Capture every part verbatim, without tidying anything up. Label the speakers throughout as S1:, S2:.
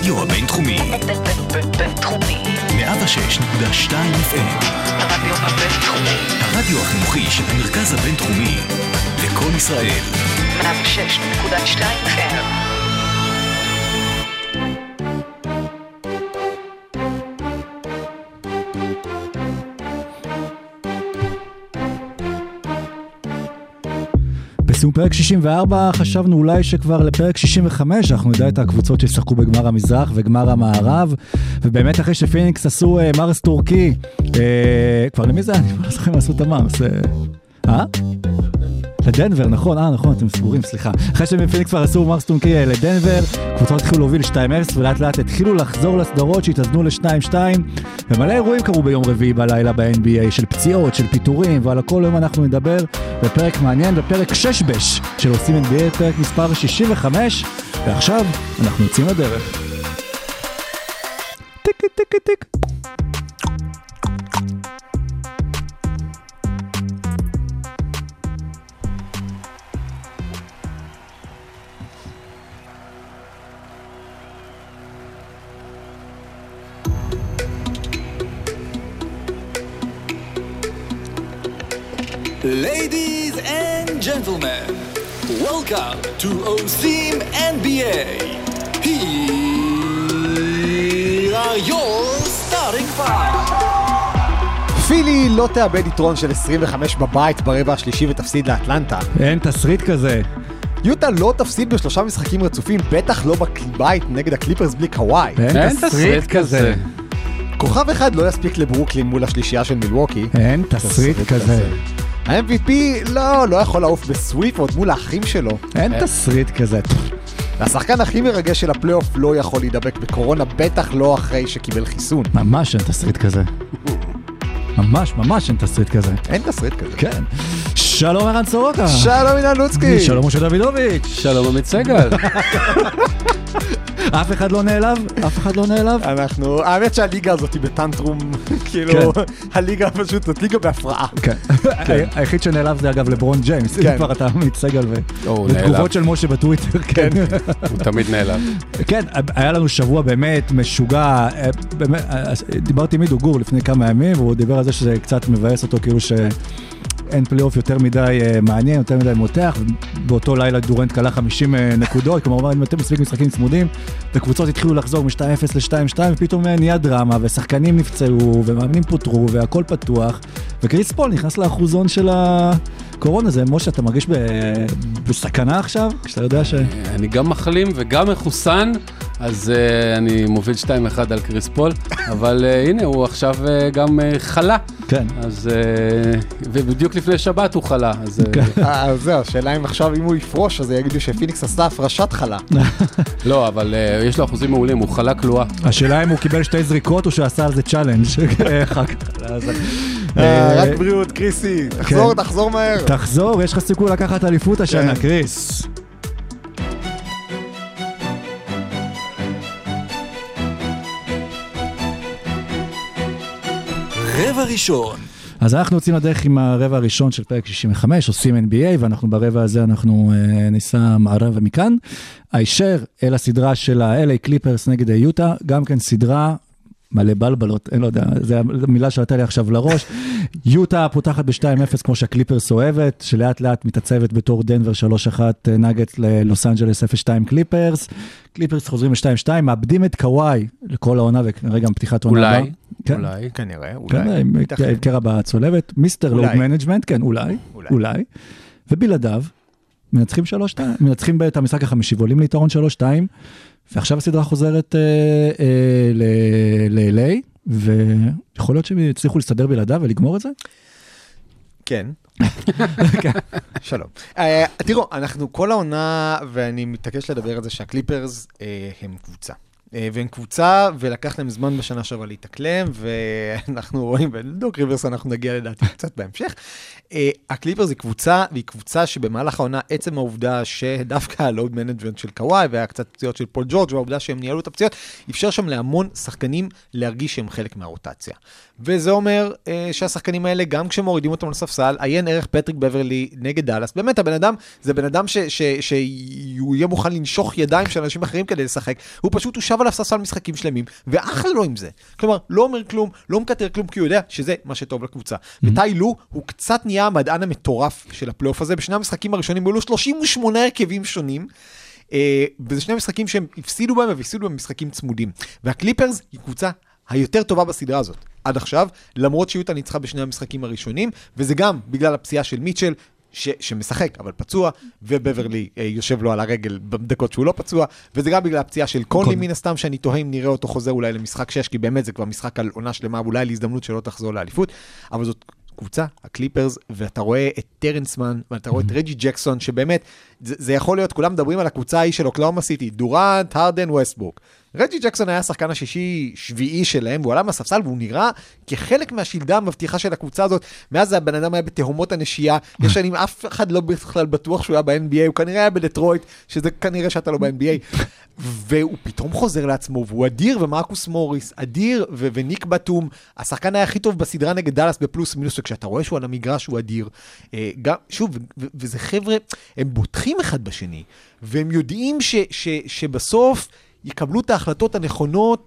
S1: הרדיו הבינתחומי.
S2: בינתחומי.
S1: מאה ושש נקודה שתיים אף אם.
S2: הרדיו הבינתחומי.
S1: הרדיו החינוכי של המרכז הבינתחומי. לקול ישראל.
S2: מאה ושש נקודה שתיים אף אם.
S3: בסיום פרק שישים וארבע חשבנו אולי שכבר לפרק שישים וחמש אנחנו נדע את הקבוצות שישחקו בגמר המזרח וגמר המערב, ובאמת אחרי שפיניקס עשו אה, מרס טורקי, אה, כבר למי זה? אני לא זוכר מה עשו את המרס. אה? לדנבר, נכון, אה, נכון, אתם סגורים, סליחה. אחרי שפיניקס כבר עשו מרס טורקי לדנבר, קבוצות התחילו להוביל שתיים אפס, ולאט לאט התחילו לחזור לסדרות שהתאזנו ל-שתיים שתיים, ומלא אירועים קרו ביום רביעי בלילה ב-אן בי איי, של פציעות, של פיטורים, ועל הכל היום אנחנו נדבר בפרק מעניין, בפרק שש-בש של עושים אן בי איי, פרק מספר שישים וחמש, ועכשיו אנחנו יוצאים לדרך. טיק טיק טיק.
S1: Ladies and gentlemen, welcome to עושים אן בי איי. Here are your starting five.
S4: פילי לא תאבד יתרון של עשרים וחמש בבית ברבע השלישי ותפסיד לאטלנטה.
S3: אין תסריט כזה.
S4: יוטה לא תפסיד בשלושה משחקים רצופים, בטח לא בבית נגד הקליפרס בלי קוואי.
S3: אין תסריט כזה.
S4: כוכב אחד לא יספיק לברוקלין מול השלישייה של מילווקי.
S3: אין תסריט כזה.
S4: ה-אם וי פי לא, לא יכול לעוף בסוויפ עוד מול האחים שלו.
S3: אין תסריט כזה.
S4: השחקן הכי מרגש של הפלייאוף לא יכול להידבק בקורונה, בטח לא אחרי שקיבל חיסון.
S3: ממש אין תסריט כזה. ממש, ממש אין תסריט כזה.
S4: אין תסריט כזה.
S3: כן. שלום ערן סורוקה.
S4: שלום עינן לוצקי.
S3: שלום משה דוידוביץ'.
S5: שלום עמית סגל.
S3: אף אחד לא נעלב? אף אחד לא נעלב?
S4: אנחנו, האמת שהליגה הזאת היא בטנטרום, כאילו, הליגה פשוט, זאת ליגה בהפרעה.
S3: כן. היחיד שנעלב זה אגב לברון ג'יימס, אם כבר אתה עמית סגל ותגובות של משה בטוויטר. כן.
S5: הוא תמיד נעלב. כן,
S3: היה לנו שבוע באמת משוגע, דיברתי עם עידו גור לפני כמה ימים, והוא דיבר על זה שזה קצת מבאס אותו, כאילו ש... אין פלייאוף יותר מדי מעניין, יותר מדי מותח, ובאותו לילה דורנט קלה חמישים נקודות, כלומר, אם אתם מספיק משחקים צמודים, וקבוצות התחילו לחזור מ-שתיים אפס ל-שתיים שתיים, ופתאום נהיה דרמה, ושחקנים נפצעו, ומאמנים פוטרו, והכל פתוח, וקריס פול נכנס לאחוזון של הקורונה. זה משה, אתה מרגיש בסכנה עכשיו, כשאתה יודע ש...
S5: אני גם מחלים וגם מחוסן, אז uh, אני מוביל שתיים אחד על קריס פול, אבל uh, הנה, הוא עכשיו uh, גם uh, חלה.
S3: כן.
S5: אז, uh, ובדיוק לפני שבת הוא חלה. אז, uh,
S4: אז זהו, השאלה אם עכשיו, אם הוא יפרוש, אז יגידו שפיניקס עשתה הפרשת חלה.
S5: לא, אבל uh, יש לו אחוזים מעולים, הוא חלה כלואה.
S3: השאלה אם הוא קיבל שתי זריקות, או שעשה על זה צ'אלנג'.
S4: רק בריאות, קריסי. תחזור, תחזור מהר.
S3: תחזור, יש לך סיכוי לקחת אליפות השנה, קריס.
S1: רבע ראשון.
S3: אז אנחנו יוצאים לדרך עם הרבע הראשון של פרק שישים וחמש, עושים אן בי איי, ואנחנו ברבע הזה אנחנו אה, ניסע מערב ומכאן. הישר אל הסדרה של ה-אל איי קליפרס נגד היוטה, גם כן סדרה מלא בלבלות, אני לא יודע, זו המילה שעלתה לי עכשיו לראש. יוטה פותחת ב-שתיים אפס כמו שהקליפרס אוהבת, שלאט לאט מתעצבת בתור דנבר שלוש אחת נגט ללוס אנג'לס אפס שתיים קליפרס. קליפרס חוזרים ב-שתיים שתיים, מאבדים את קוואי לכל העונה, וכנראה גם פתיחת עונה.
S5: אולי, אולי.
S4: כנראה, אולי.
S3: כן, קרע בצולבת. מיסטר לואוד מנג'מנט, כן, אולי, אולי. ובלעדיו, מנצחים שלוש שתיים, מנצחים את המשחק החמישי, ועולים ליתרון שלוש שתיים, ועכשיו הסדרה חוזרת ל-אל איי, ויכול להיות שהם יצליחו להסתדר בלעדיו ולגמור את זה?
S4: כן. שלום. תראו, אנחנו כל העונה, ואני מתעקש לדבר על זה שהקליפרס הם קבוצה. והם קבוצה, ולקח להם זמן בשנה שעברה להתאקלם, ואנחנו רואים, בדוק ריברס אנחנו נגיע לדעתי קצת בהמשך. הקליפרס היא קבוצה, והיא קבוצה שבמהלך העונה, עצם העובדה שדווקא הלואוד מנג'מנט של קוואי, והקצת פציעות של פול ג'ורג', והעובדה שהם ניהלו את הפציעות, אפשר שם להמון שחקנים להרגיש שהם חלק מהרוטציה. וזה אומר אה, שהשחקנים האלה, גם כשמורידים אותם לספסל, עיין ערך פטריק בברלי נגד דלס. באמת, הבן אדם, זה בן אדם ש, ש, שהוא יהיה מוכן לנשוך ידיים של אנשים אחרים כדי לשחק. הוא פשוט הושב על הספסל משחקים שלמים, ואחלה לו עם זה. כלומר, לא אומר כלום, לא מקטר כלום, כי הוא יודע שזה מה שטוב לקבוצה. וטאי לו, הוא קצת נהיה המדען המטורף של הפלייאוף הזה, בשני המשחקים הראשונים, היו לו שלושים ושמונה הרכבים שונים, וזה שני משחקים שהם הפסידו בהם, והפסידו בהם משחקים צמודים. והקליפרס היא קבוצה היותר טובה בסדרה הזאת, עד עכשיו, למרות שיוטה ניצחה בשני המשחקים הראשונים, וזה גם בגלל הפציעה של מיטשל, ש- שמשחק, אבל פצוע, ובברלי אה, יושב לו על הרגל בדקות שהוא לא פצוע, וזה גם בגלל הפציעה של קונלי מן הסתם, שאני תוהה אם נראה אותו חוזר אולי למשחק שש, כי באמת זה כבר משחק על עונה שלמה, אולי להזדמנות שלא תחזור לאליפות, אבל זאת קבוצה, הקליפרס, ואתה רואה את טרנסמן, ואתה רואה את רג'י ג'קסון, שבאמת, זה, זה יכול להיות, כולם מדברים על הקבוצה ההיא של אוקלאומה סיטי, דורנט, הרדן, ווסטברוק. רג'י ג'קסון היה השחקן השישי, שביעי שלהם, והוא עלה מהספסל, והוא נראה כחלק מהשלדה המבטיחה של הקבוצה הזאת. מאז הבן אדם היה בתהומות הנשייה, יש שנים, אף אחד לא בכלל בטוח שהוא היה ב-אן בי איי, הוא כנראה היה בדטרויט, שזה כנראה שאתה לא ב-אן בי איי, והוא פתאום חוזר לעצמו, והוא אדיר, ומרקוס מוריס, אדיר, ו- וניק בטום, השחקן היה הכי טוב בסדרה נגד דלס בפלוס מינוס, וכשאתה רואה שהוא על המגרש, הוא אדיר. גם, שוב, ו- וזה חבר'ה, הם בוטחים אחד בשני, והם יודעים ש- ש- שבסוף יקבלו את ההחלטות הנכונות,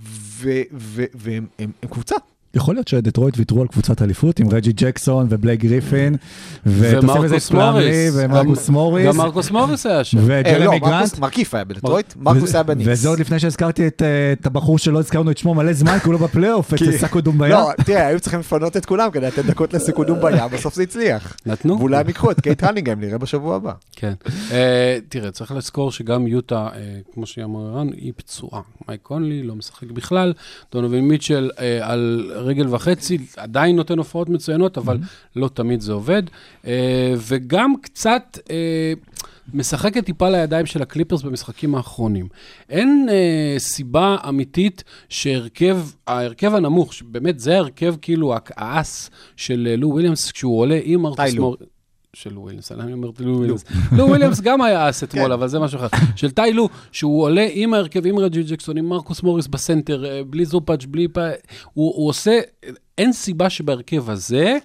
S4: והם קבוצה.
S3: יכול להיות שדטרויט ויתרו על קבוצת אליפות עם רג'י ג'קסון ובלייק גריפין, ומרקוס מוריס, ומרקוס מוריס.
S5: גם מרקוס מוריס היה שם.
S3: וג'רמי גרנט.
S4: מרקיף היה בדטרויט, מרקוס היה בניקס.
S3: וזה עוד לפני שהזכרתי את הבחור שלא הזכרנו את שמו מלא זמן, כולו בפלייאוף, את סקו דומביה.
S4: לא, תראה, היו צריכים לפנות את כולם כדי לתת דקות לסקו דומביה, בסוף זה הצליח.
S5: נתנו.
S4: ואולי הם יקחו את קייט הנינגהם, נראה בשבוע הבא.
S5: כן. תראה, צריך לזכור שגם יוטה, כמו שאמר ערן, היא פצועה. מייק קונלי לא משחק בכלל, דונובין מיטשל על רגל וחצי, עדיין נותן הופעות מצוינות, אבל לא תמיד זה עובד. וגם קצת משחקת טיפה לידיים של הקליפרס במשחקים האחרונים. אין סיבה אמיתית שהרכב, ההרכב הנמוך, שבאמת זה ההרכב כאילו האס של לו וויליאמס, כשהוא עולה עם מרקוס מוריס, של לו וויליאמס, אני אומרת לו וויליאמס. לו וויליאמס גם היה אס אתמול, אבל זה משהו אחר. של טאי לו, שהוא עולה עם ההרכב, עם רג'י ג'קסון, עם מרקוס מוריס בסנטר, בלי זופאץ', בלי פ... הוא עושה, אין סיבה שבהרכב הזה,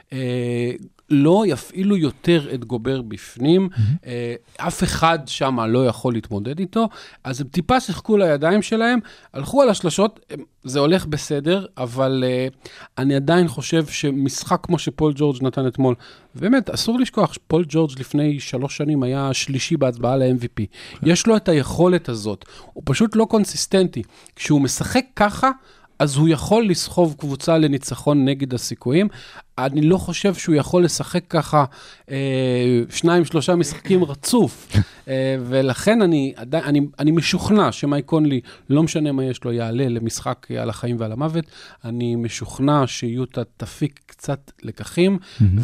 S5: לא יפעילו יותר את גובר בפנים, אף אחד שם לא יכול להתמודד איתו, אז הם טיפה שיחקו לידיים שלהם, הלכו על השלשות, זה הולך בסדר, אבל אני עדיין חושב שמשחק כמו שפול ג'ורג' נתן אתמול, באמת, אסור לשכוח שפול ג'ורג' לפני שלוש שנים היה שלישי בהצבעה ל-אם וי פי. יש לו את היכולת הזאת, הוא פשוט לא קונסיסטנטי. כשהוא משחק ככה, אז הוא יכול לסחוב קבוצה לניצחון נגד הסיכויים. אני לא חושב שהוא יכול לשחק ככה אה, שניים, שלושה משחקים רצוף. אה, ולכן אני, אני, אני משוכנע שמייק קונלי, לא משנה מה יש לו, יעלה למשחק על החיים ועל המוות. אני משוכנע שיוטה תפיק קצת לקחים,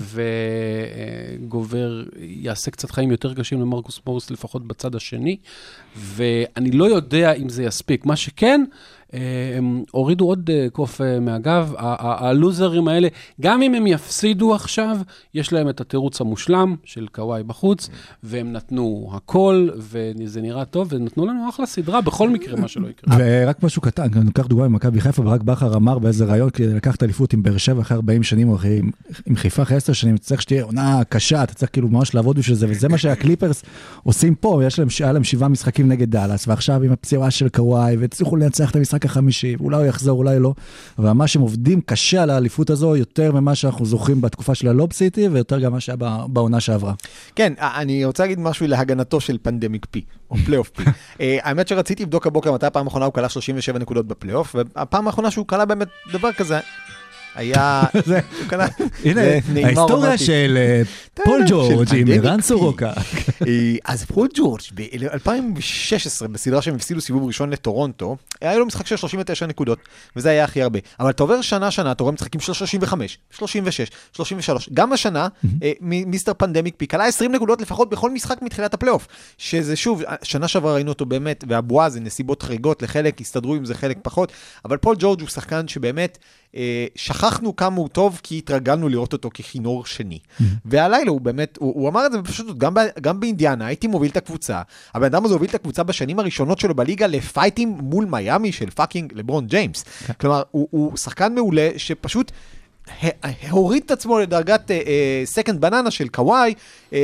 S5: וגובר יעשה קצת חיים יותר קשים למרקוס מוריס, לפחות בצד השני. ואני לא יודע אם זה יספיק. מה שכן, הם הורידו עוד קוף מהגב, הלוזרים האלה, גם אם הם יפסידו עכשיו, יש להם את התירוץ המושלם של קוואי בחוץ, והם נתנו הכל, וזה נראה טוב, ונתנו לנו אחלה סדרה, בכל מקרה מה שלא יקרה.
S3: ורק משהו קטן, ניקח דוגמה ממכבי חיפה, ורק בכר אמר באיזה רעיון, כי לקחת אליפות עם באר שבע אחרי ארבעים שנים, או אחרי, עם חיפה אחרי עשר שנים, צריך שתהיה עונה קשה, אתה צריך כאילו ממש לעבוד בשביל זה, וזה מה שהקליפרס עושים פה, יש להם, היה להם שבעה משחקים נגד דאלאס, ועכשיו עם הפציעה של קוואי, והצליחו לנצח את המשחק החמישי, אולי הוא יחזור, אולי לא, אבל מה שהם עובדים קשה על האליפות הזו, יותר ממה שאנחנו זוכרים בתקופה של הלוב סיטי, ויותר גם מה שהיה בעונה שעברה.
S4: כן, אני רוצה להגיד משהו להגנתו של פנדמיק פי, או פלייאוף פי. האמת שרציתי לבדוק הבוקר, מתי הפעם האחרונה הוא קלה שלושים ושבע נקודות בפלייאוף, והפעם האחרונה שהוא קלה באמת דבר כזה, היה...
S3: הנה, ההיסטוריה של פול ג'ורג' עם ערן סורוקה.
S4: אז פול ג'ורג' ב-אלפיים ושש עשרה, בסדרה שהם הפסידו סיבוב ראשון לטורונטו, היה לו משחק של שלושים ותשע נקודות, וזה היה הכי הרבה. אבל אתה עובר שנה-שנה, אתה רואה משחקים של שלושים וחמש, שלושים ושש, שלושים ושלוש. גם השנה, מיסטר פנדמיק פי, קלה עשרים נקודות לפחות בכל משחק מתחילת הפלייאוף. שזה שוב, שנה שעברה ראינו אותו באמת, והבועה זה נסיבות חריגות, לחלק הסתדרו עם זה חלק פחות, אבל פול ג'ורג' הוא שחקן שבאמת שכחנו כמה הוא טוב, כי התרגלנו לראות אותו כחינור שני. והלילה הוא באמת, הוא, הוא אמר את זה בפשוט, גם, גם באינדיאנה, הייתי מוביל את הקבוצה, הבן אדם הזה הוביל את הקבוצה בשנים הראשונות שלו בליגה, לפייטים מול מיאמי של פאקינג לברון ג'יימס. כלומר, הוא, הוא שחקן מעולה, שפשוט הוריד את עצמו לדרגת סקנד בננה של קוואי,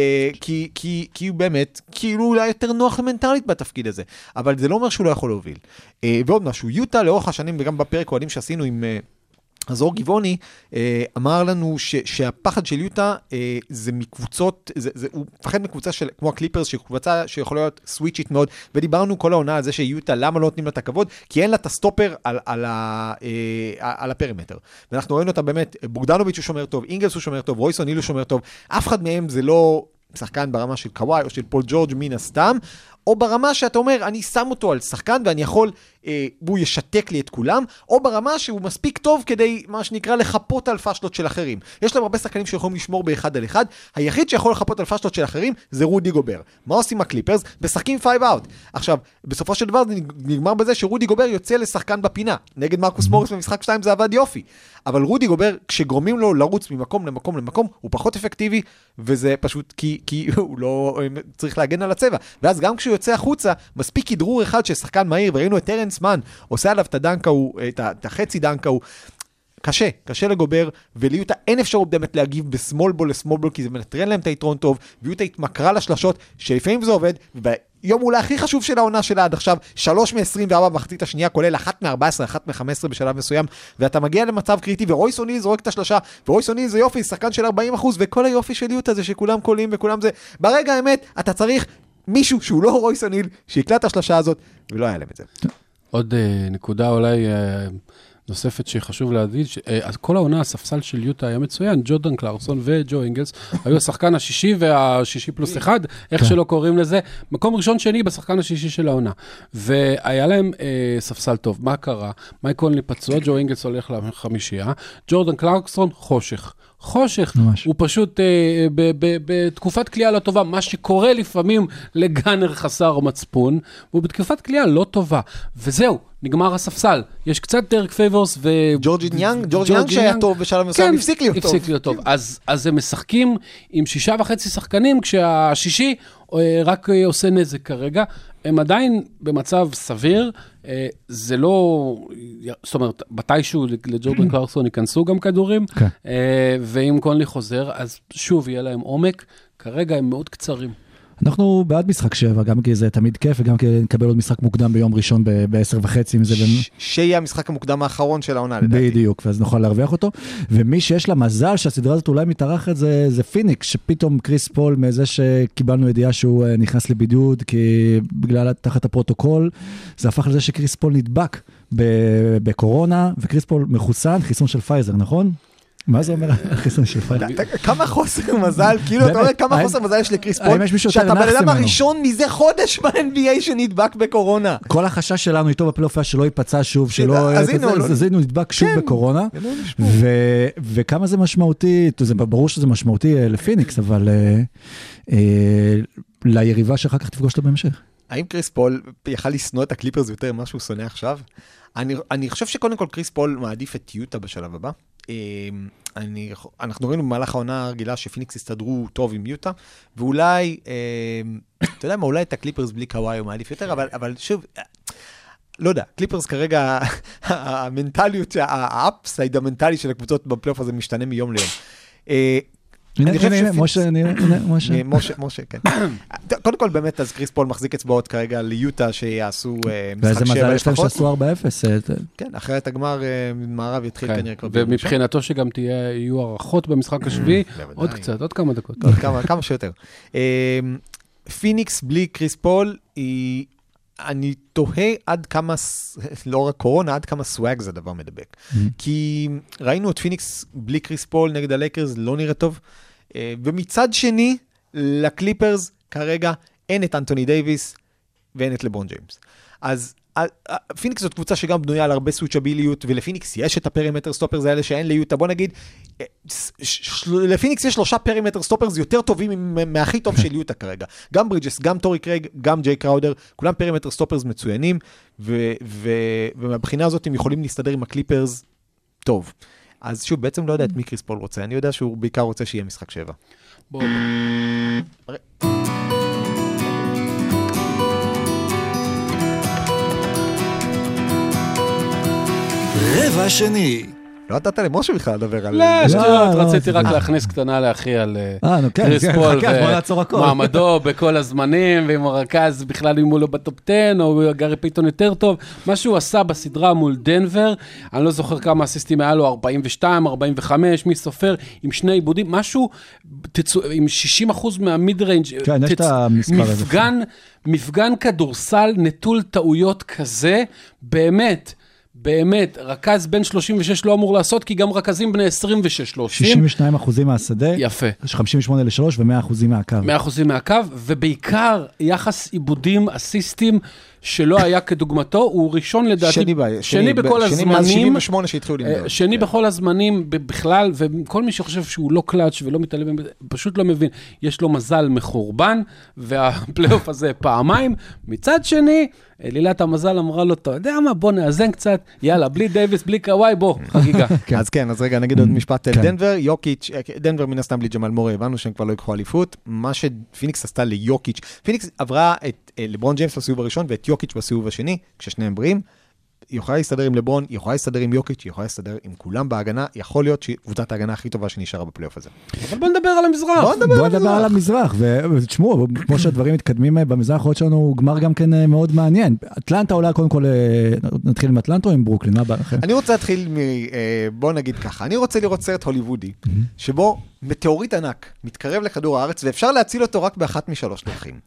S4: כי, כי, כי הוא באמת, כאילו אולי יותר נוח מנטלית בתפקיד הזה, אבל זה לא אומר שהוא לא יכול להוביל. ועוד משהו, יוטה לאורך השנים, וגם בפרק הועדים שעשינו עם אז אור גיבוני, אמר לנו ש, שהפחד של יוטה זה מקבוצות, זה, זה, הוא פחד מקבוצה של, כמו הקליפרס, שקבוצה שיכולה להיות סוויצ'ית מאוד, ודיברנו כל העונה על זה שיוטה, למה לא נותנים לה את הכבוד? כי אין לה את הסטופר על, על, ה, על הפרימטר. ואנחנו ראינו אותה באמת, בוגדנוביץ' הוא שומר טוב, אינגלס הוא שומר טוב, רויס אוניל הוא שומר טוב, אף אחד מהם זה לא שחקן ברמה של קוואי או של פול ג'ורג' מן הסתם, או ברמה שאתה אומר, אני שם אותו על שחקן ואני יכול, אה, והוא ישתק לי את כולם, או ברמה שהוא מספיק טוב כדי, מה שנקרא, לחפות על פשלות של אחרים. יש להם הרבה שחקנים שיכולים לשמור באחד על אחד, היחיד שיכול לחפות על פשלות של אחרים זה רודי גובר. מה עושים הקליפרס? משחקים פייב אאוט. עכשיו, בסופו של דבר זה נגמר בזה שרודי גובר יוצא לשחקן בפינה. נגד מרקוס מוריס במשחק שתיים זה עבד יופי. אבל רודי גובר, כשגורמים לו לרוץ ממקום למקום למקום, הוא פחות אפקטיבי, וזה פשוט כי, כי הוא לא צריך להגן על הצבע. ואז גם כשהוא יוצא החוצה, מספיק כדרור אחד ששחקן מהיר, וראינו את טרנס מן, עושה עליו את הדנקה, את, את החצי דנקה, הוא קשה, קשה לגובר, וליוטה אין אפשרות באמת להגיב בסמול בול לסמול בול, כי זה מנטרן להם את היתרון טוב, ויוטה התמקרה לשלשות, שלפעמים זה עובד, וביום אולי הכי חשוב של העונה שלה עד עכשיו, שלוש מ-עשרים וארבע במחצית השנייה, כולל אחת מ-ארבע עשרה, אחת מ-חמש עשרה בשלב מסוים, ואתה מגיע למצב קריטי, ורויס אוניל זורק את השלשה, ורויס אוניל זה יופי, שחקן של ארבעים אחוז, וכל היופי של יוטה זה שכולם קולים וכולם זה, ברגע האמת, אתה צריך מישהו שהוא לא רויס אוניל, שיקלט את השלשה הזאת, ולא היה להם את זה.
S5: עוד uh, נקודה אולי uh, נוספת שחשוב להגיד, ש... uh, אז כל העונה, הספסל של יוטה היה מצוין, ג'ורדן קלרסון וג'ו אינגלס, היו השחקן השישי והשישי פלוס אחד, איך שלא קוראים לזה, מקום ראשון שני בשחקן השישי של העונה. והיה להם uh, ספסל טוב. מה קרה? מייק קונלי פצוע, ג'ו אינגלס הולך לחמישייה, ג'ורדן קלרסון חושך. חושך, ממש. הוא פשוט אה, ב- ב- בתקופת קליעה לא טובה, מה שקורה לפעמים לגאנר חסר מצפון, הוא בתקופת קליעה לא טובה, וזהו, נגמר הספסל, יש קצת דרק פייבורס ו...
S4: ג'ורג'י ניאנג, ג'ורג'י ניאנג שהיה טוב בשלב מסוים, הפסיק להיות טוב.
S5: הפסיק להיות טוב, אז, אז הם משחקים עם שישה וחצי שחקנים, כשהשישי רק עושה נזק כרגע, הם עדיין במצב סביר, זה לא, זאת אומרת, מתישהו לג'ורדן קלרסון ייכנסו גם כדורים, ואם קונלי חוזר, אז שוב יהיה להם עומק, כרגע הם מאוד קצרים.
S3: אנחנו בעד משחק שבע, גם כי זה תמיד כיף, וגם כי נקבל עוד משחק מוקדם ביום ראשון ב-עשר וחצי.
S4: שיהיה המשחק המוקדם האחרון של העונה, לדעתי.
S3: בדיוק, ואז נוכל להרוויח אותו. ומי שיש לה מזל שהסדרה הזאת אולי מתארחת, זה פיניקס, שפתאום קריס פול, מזה שקיבלנו ידיעה שהוא נכנס לבידוד, כי בגלל תחת הפרוטוקול, זה הפך לזה שקריס פול נדבק בקורונה, וקריס פול מחוסן, חיסון של פייזר, נכון? מה זה אומר החיסון של פייזר?
S4: כמה חוסר מזל, כאילו אתה אומר כמה חוסר מזל יש לקריס פול, שאתה בן אדם הראשון מזה חודש ב-אן בי איי שנדבק בקורונה.
S3: כל החשש שלנו איתו בפלייאוף שלא ייפצע שוב, אז הנה נדבק שוב בקורונה, וכמה זה משמעותי, ברור שזה משמעותי לפיניקס, אבל ליריבה שאחר כך תפגוש לו בהמשך.
S4: האם קריס פול יכל לסנוע את הקליפרס יותר ממה שהוא שונא עכשיו? אני, אני חושב שקודם כל קריס פול מעדיף את יוטה בשלב הבא. אני, אנחנו ראינו במהלך העונה הרגילה שפיניקס הסתדרו טוב עם יוטה, ואולי, אתה יודע מה, אולי את הקליפרס בלי קוואי הוא מעדיף יותר, אבל, אבל שוב, לא יודע, קליפרס כרגע, המנטליות, האפסייד המנטלי של הקבוצות בפלייאוף הזה משתנה מיום ליום.
S3: הנה, הנה, משה, הנה, משה.
S4: משה, משה, כן. קודם כל, באמת, אז קריס פול מחזיק אצבעות כרגע ליוטה שיעשו משחק שבע לפחות.
S3: ואיזה מזל יש להם שעשו ארבע אפס.
S4: כן, אחרת הגמר מערב יתחיל כנראה כבר.
S5: ומבחינתו שגם יהיו הערכות במשחק השביעי, עוד קצת, עוד כמה דקות.
S4: עוד כמה שיותר. פיניקס בלי קריס פול היא... אני תוהה עד כמה, לא רק קורונה, עד כמה סוואג זה דבר מדבק. כי ראינו את פיניקס בלי קריס פול נגד הלייקרס, לא נראה טוב. ומצד שני, לקליפרס כרגע אין את אנטוני דייביס ואין את לברון ג'יימס. אז פיניקס זאת קבוצה שגם בנויה על הרבה סוויצ'ביליות, ולפיניקס יש את הפרימטר סטופרס האלה שאין ליוטה. בוא נגיד, לפיניקס יש שלושה פרימטר סטופרס יותר טובים מהכי טוב של יוטה כרגע. גם ברידג'ס, גם טורי קרייג, גם ג'יי קראודר, כולם פרימטר סטופרס מצוינים, ומהבחינה הזאת הם יכולים להסתדר עם הקליפרס טוב. אז שוב, בעצם לא יודע את מי קריס פול רוצה. אני יודע שהוא בעיקר רוצה שיהיה משחק שבע.
S5: בוא.
S1: רבע שני,
S4: לא נתת למשה בכלל לדבר על...
S5: לא, שטויות,
S3: לא,
S5: רציתי
S3: לא,
S5: רק
S3: לא.
S5: להכניס קטנה לאחי על
S3: אה, נו, כן,
S5: קריס
S3: כן,
S5: פול
S3: חכה, בוא נעצור הכל.
S5: ומעמדו בכל הזמנים, ואם הוא רכז בכלל אם הוא לא בטופ עשר, או גארי פייטון יותר טוב, מה שהוא עשה בסדרה מול דנבר, אני לא זוכר כמה אסיסטים היה לו, ארבעים ושתיים, ארבעים וחמש, מי סופר, עם שני עיבודים, משהו, תצו, עם שישים אחוז מהמיד ריינג',
S3: כן, יש את המספר הזה.
S5: מפגן, מפגן כדורסל נטול טעויות כזה, באמת, באמת, רכז בין שלושים ושש לא אמור לעשות, כי גם רכזים בני עשרים ושש לא עושים.
S3: שישים ושניים אחוזים מהשדה.
S5: יפה.
S3: יש חמישים ושמונה לשלוש ו-מאה אחוזים מהקו.
S5: מאה אחוזים מהקו, ובעיקר יחס עיבודים אסיסטים שלא היה כדוגמתו, הוא ראשון לדעתי,
S4: שני,
S5: שני,
S4: שני
S5: בכל
S4: שני
S5: הזמנים,
S4: מאז שבעים ושמונה שהתחילו למדוד.
S5: שני
S4: כן.
S5: בכל הזמנים בכלל, וכל מי שחושב שהוא לא קלאץ' ולא מתעלם, פשוט לא מבין, יש לו מזל מחורבן, והפלייאוף הזה פעמיים. מצד שני, אלילת המזל אמרה לו, אתה יודע מה, בוא נאזן קצת, יאללה, בלי דייביס, בלי קוואי, בוא, חגיגה.
S4: אז כן, אז רגע, נגיד עוד משפט על דנבר, יוקיץ', דנבר מן הסתם בלי ג'מאל מורי, הבנו שהם כבר לא יקחו אליפות, מה שפיניקס עשתה ליוקיץ', פיניקס עברה את לברון ג'יימס בסיבוב הראשון, ואת יוקיץ' בסיבוב השני, כששניהם בריאים, היא יכולה להסתדר עם לברון, היא יכולה להסתדר עם יוקיץ', היא יכולה להסתדר עם כולם בהגנה, יכול להיות שהיא קבוצת ההגנה הכי טובה שנשארה בפלייאוף הזה.
S5: אבל בוא נדבר על המזרח.
S3: בוא נדבר על המזרח, ותשמעו, כמו שהדברים מתקדמים במזרח, עוד שלנו גמר גם כן מאוד מעניין. אטלנטה עולה, קודם כל, נתחיל עם אטלנטה או עם ברוקלין?
S4: אני רוצה להתחיל מ... בוא נגיד ככה, אני רוצה לראות סרט הוליוודי, שבו מטאוריט ענק מתקרב לכדור הארץ, ואפשר להציל אותו רק באחת משלוש דרכים.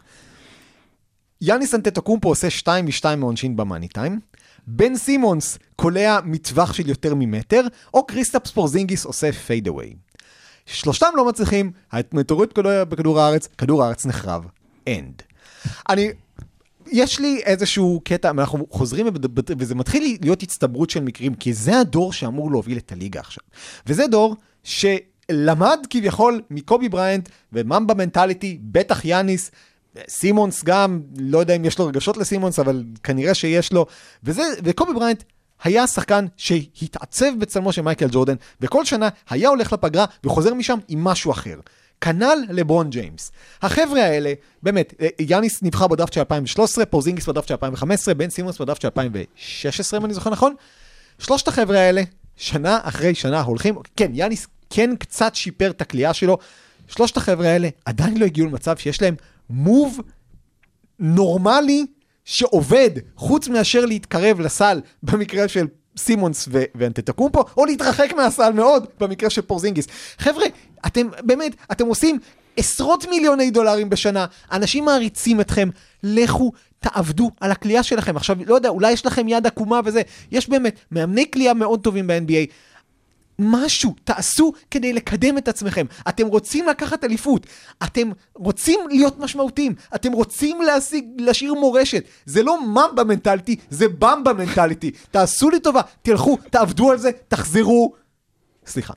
S4: יאניס אנטטוקומפו עושה שתיים משתיים מעונשין במאני טיים, בן סימונס קולע מטווח של יותר ממטר, או קריסטאפס פורזינגיס עושה פייד אווי. שלושתם לא מצליחים, המטאוריט קולע בכדור הארץ, כדור הארץ נחרב. אנד. אני, יש לי איזשהו קטע, אנחנו חוזרים וזה מתחיל להיות הצטברות של מקרים, כי זה הדור שאמור להוביל את הליגה עכשיו. וזה דור שלמד כביכול מקובי בריינט וממבה מנטליטי, בטח יאניס, סימונס גם, לא יודע אם יש לו רגשות לסימונס, אבל כנראה שיש לו, וזה, וקובי בריינט היה שחקן שהתעצב בצלמו של מייקל ג'ורדן, וכל שנה היה הולך לפגרה וחוזר משם עם משהו אחר. כנ"ל לברון ג'יימס. החבר'ה האלה, באמת, יאניס נבחר בדראפט של אלפיים ושלוש עשרה, פורזינגיס בדראפט של אלפיים וחמש עשרה, בן סימונס בדראפט של אלפיים ושש עשרה, אם אני זוכר נכון. שלושת החבר'ה האלה, שנה אחרי שנה הולכים, כן, יאניס כן קצת שיפר את הקליעה שלו, שלושת החבר'ה האלה עדיין לא הגיעו למצב שיש להם מוב נורמלי שעובד, חוץ מאשר להתקרב לסל במקרה של סימונס ו- ואנטטוקומפו, או להתרחק מהסל מאוד במקרה של פורזינגיס. חבר'ה, אתם באמת, אתם עושים עשרות מיליוני דולרים בשנה, אנשים מעריצים אתכם, לכו תעבדו על הקליעה שלכם. עכשיו, לא יודע, אולי יש לכם יד עקומה וזה, יש באמת מאמני קליעה מאוד טובים ב-אן בי איי, משהו, תעשו כדי לקדם את עצמכם. אתם רוצים לקחת אליפות, אתם רוצים להיות משמעותיים, אתם רוצים להשיג, להשאיר מורשת. זה לא ממבה מנטליטי, זה במבה מנטליטי. תעשו לי טובה, תלכו, תעבדו על זה, תחזרו. סליחה.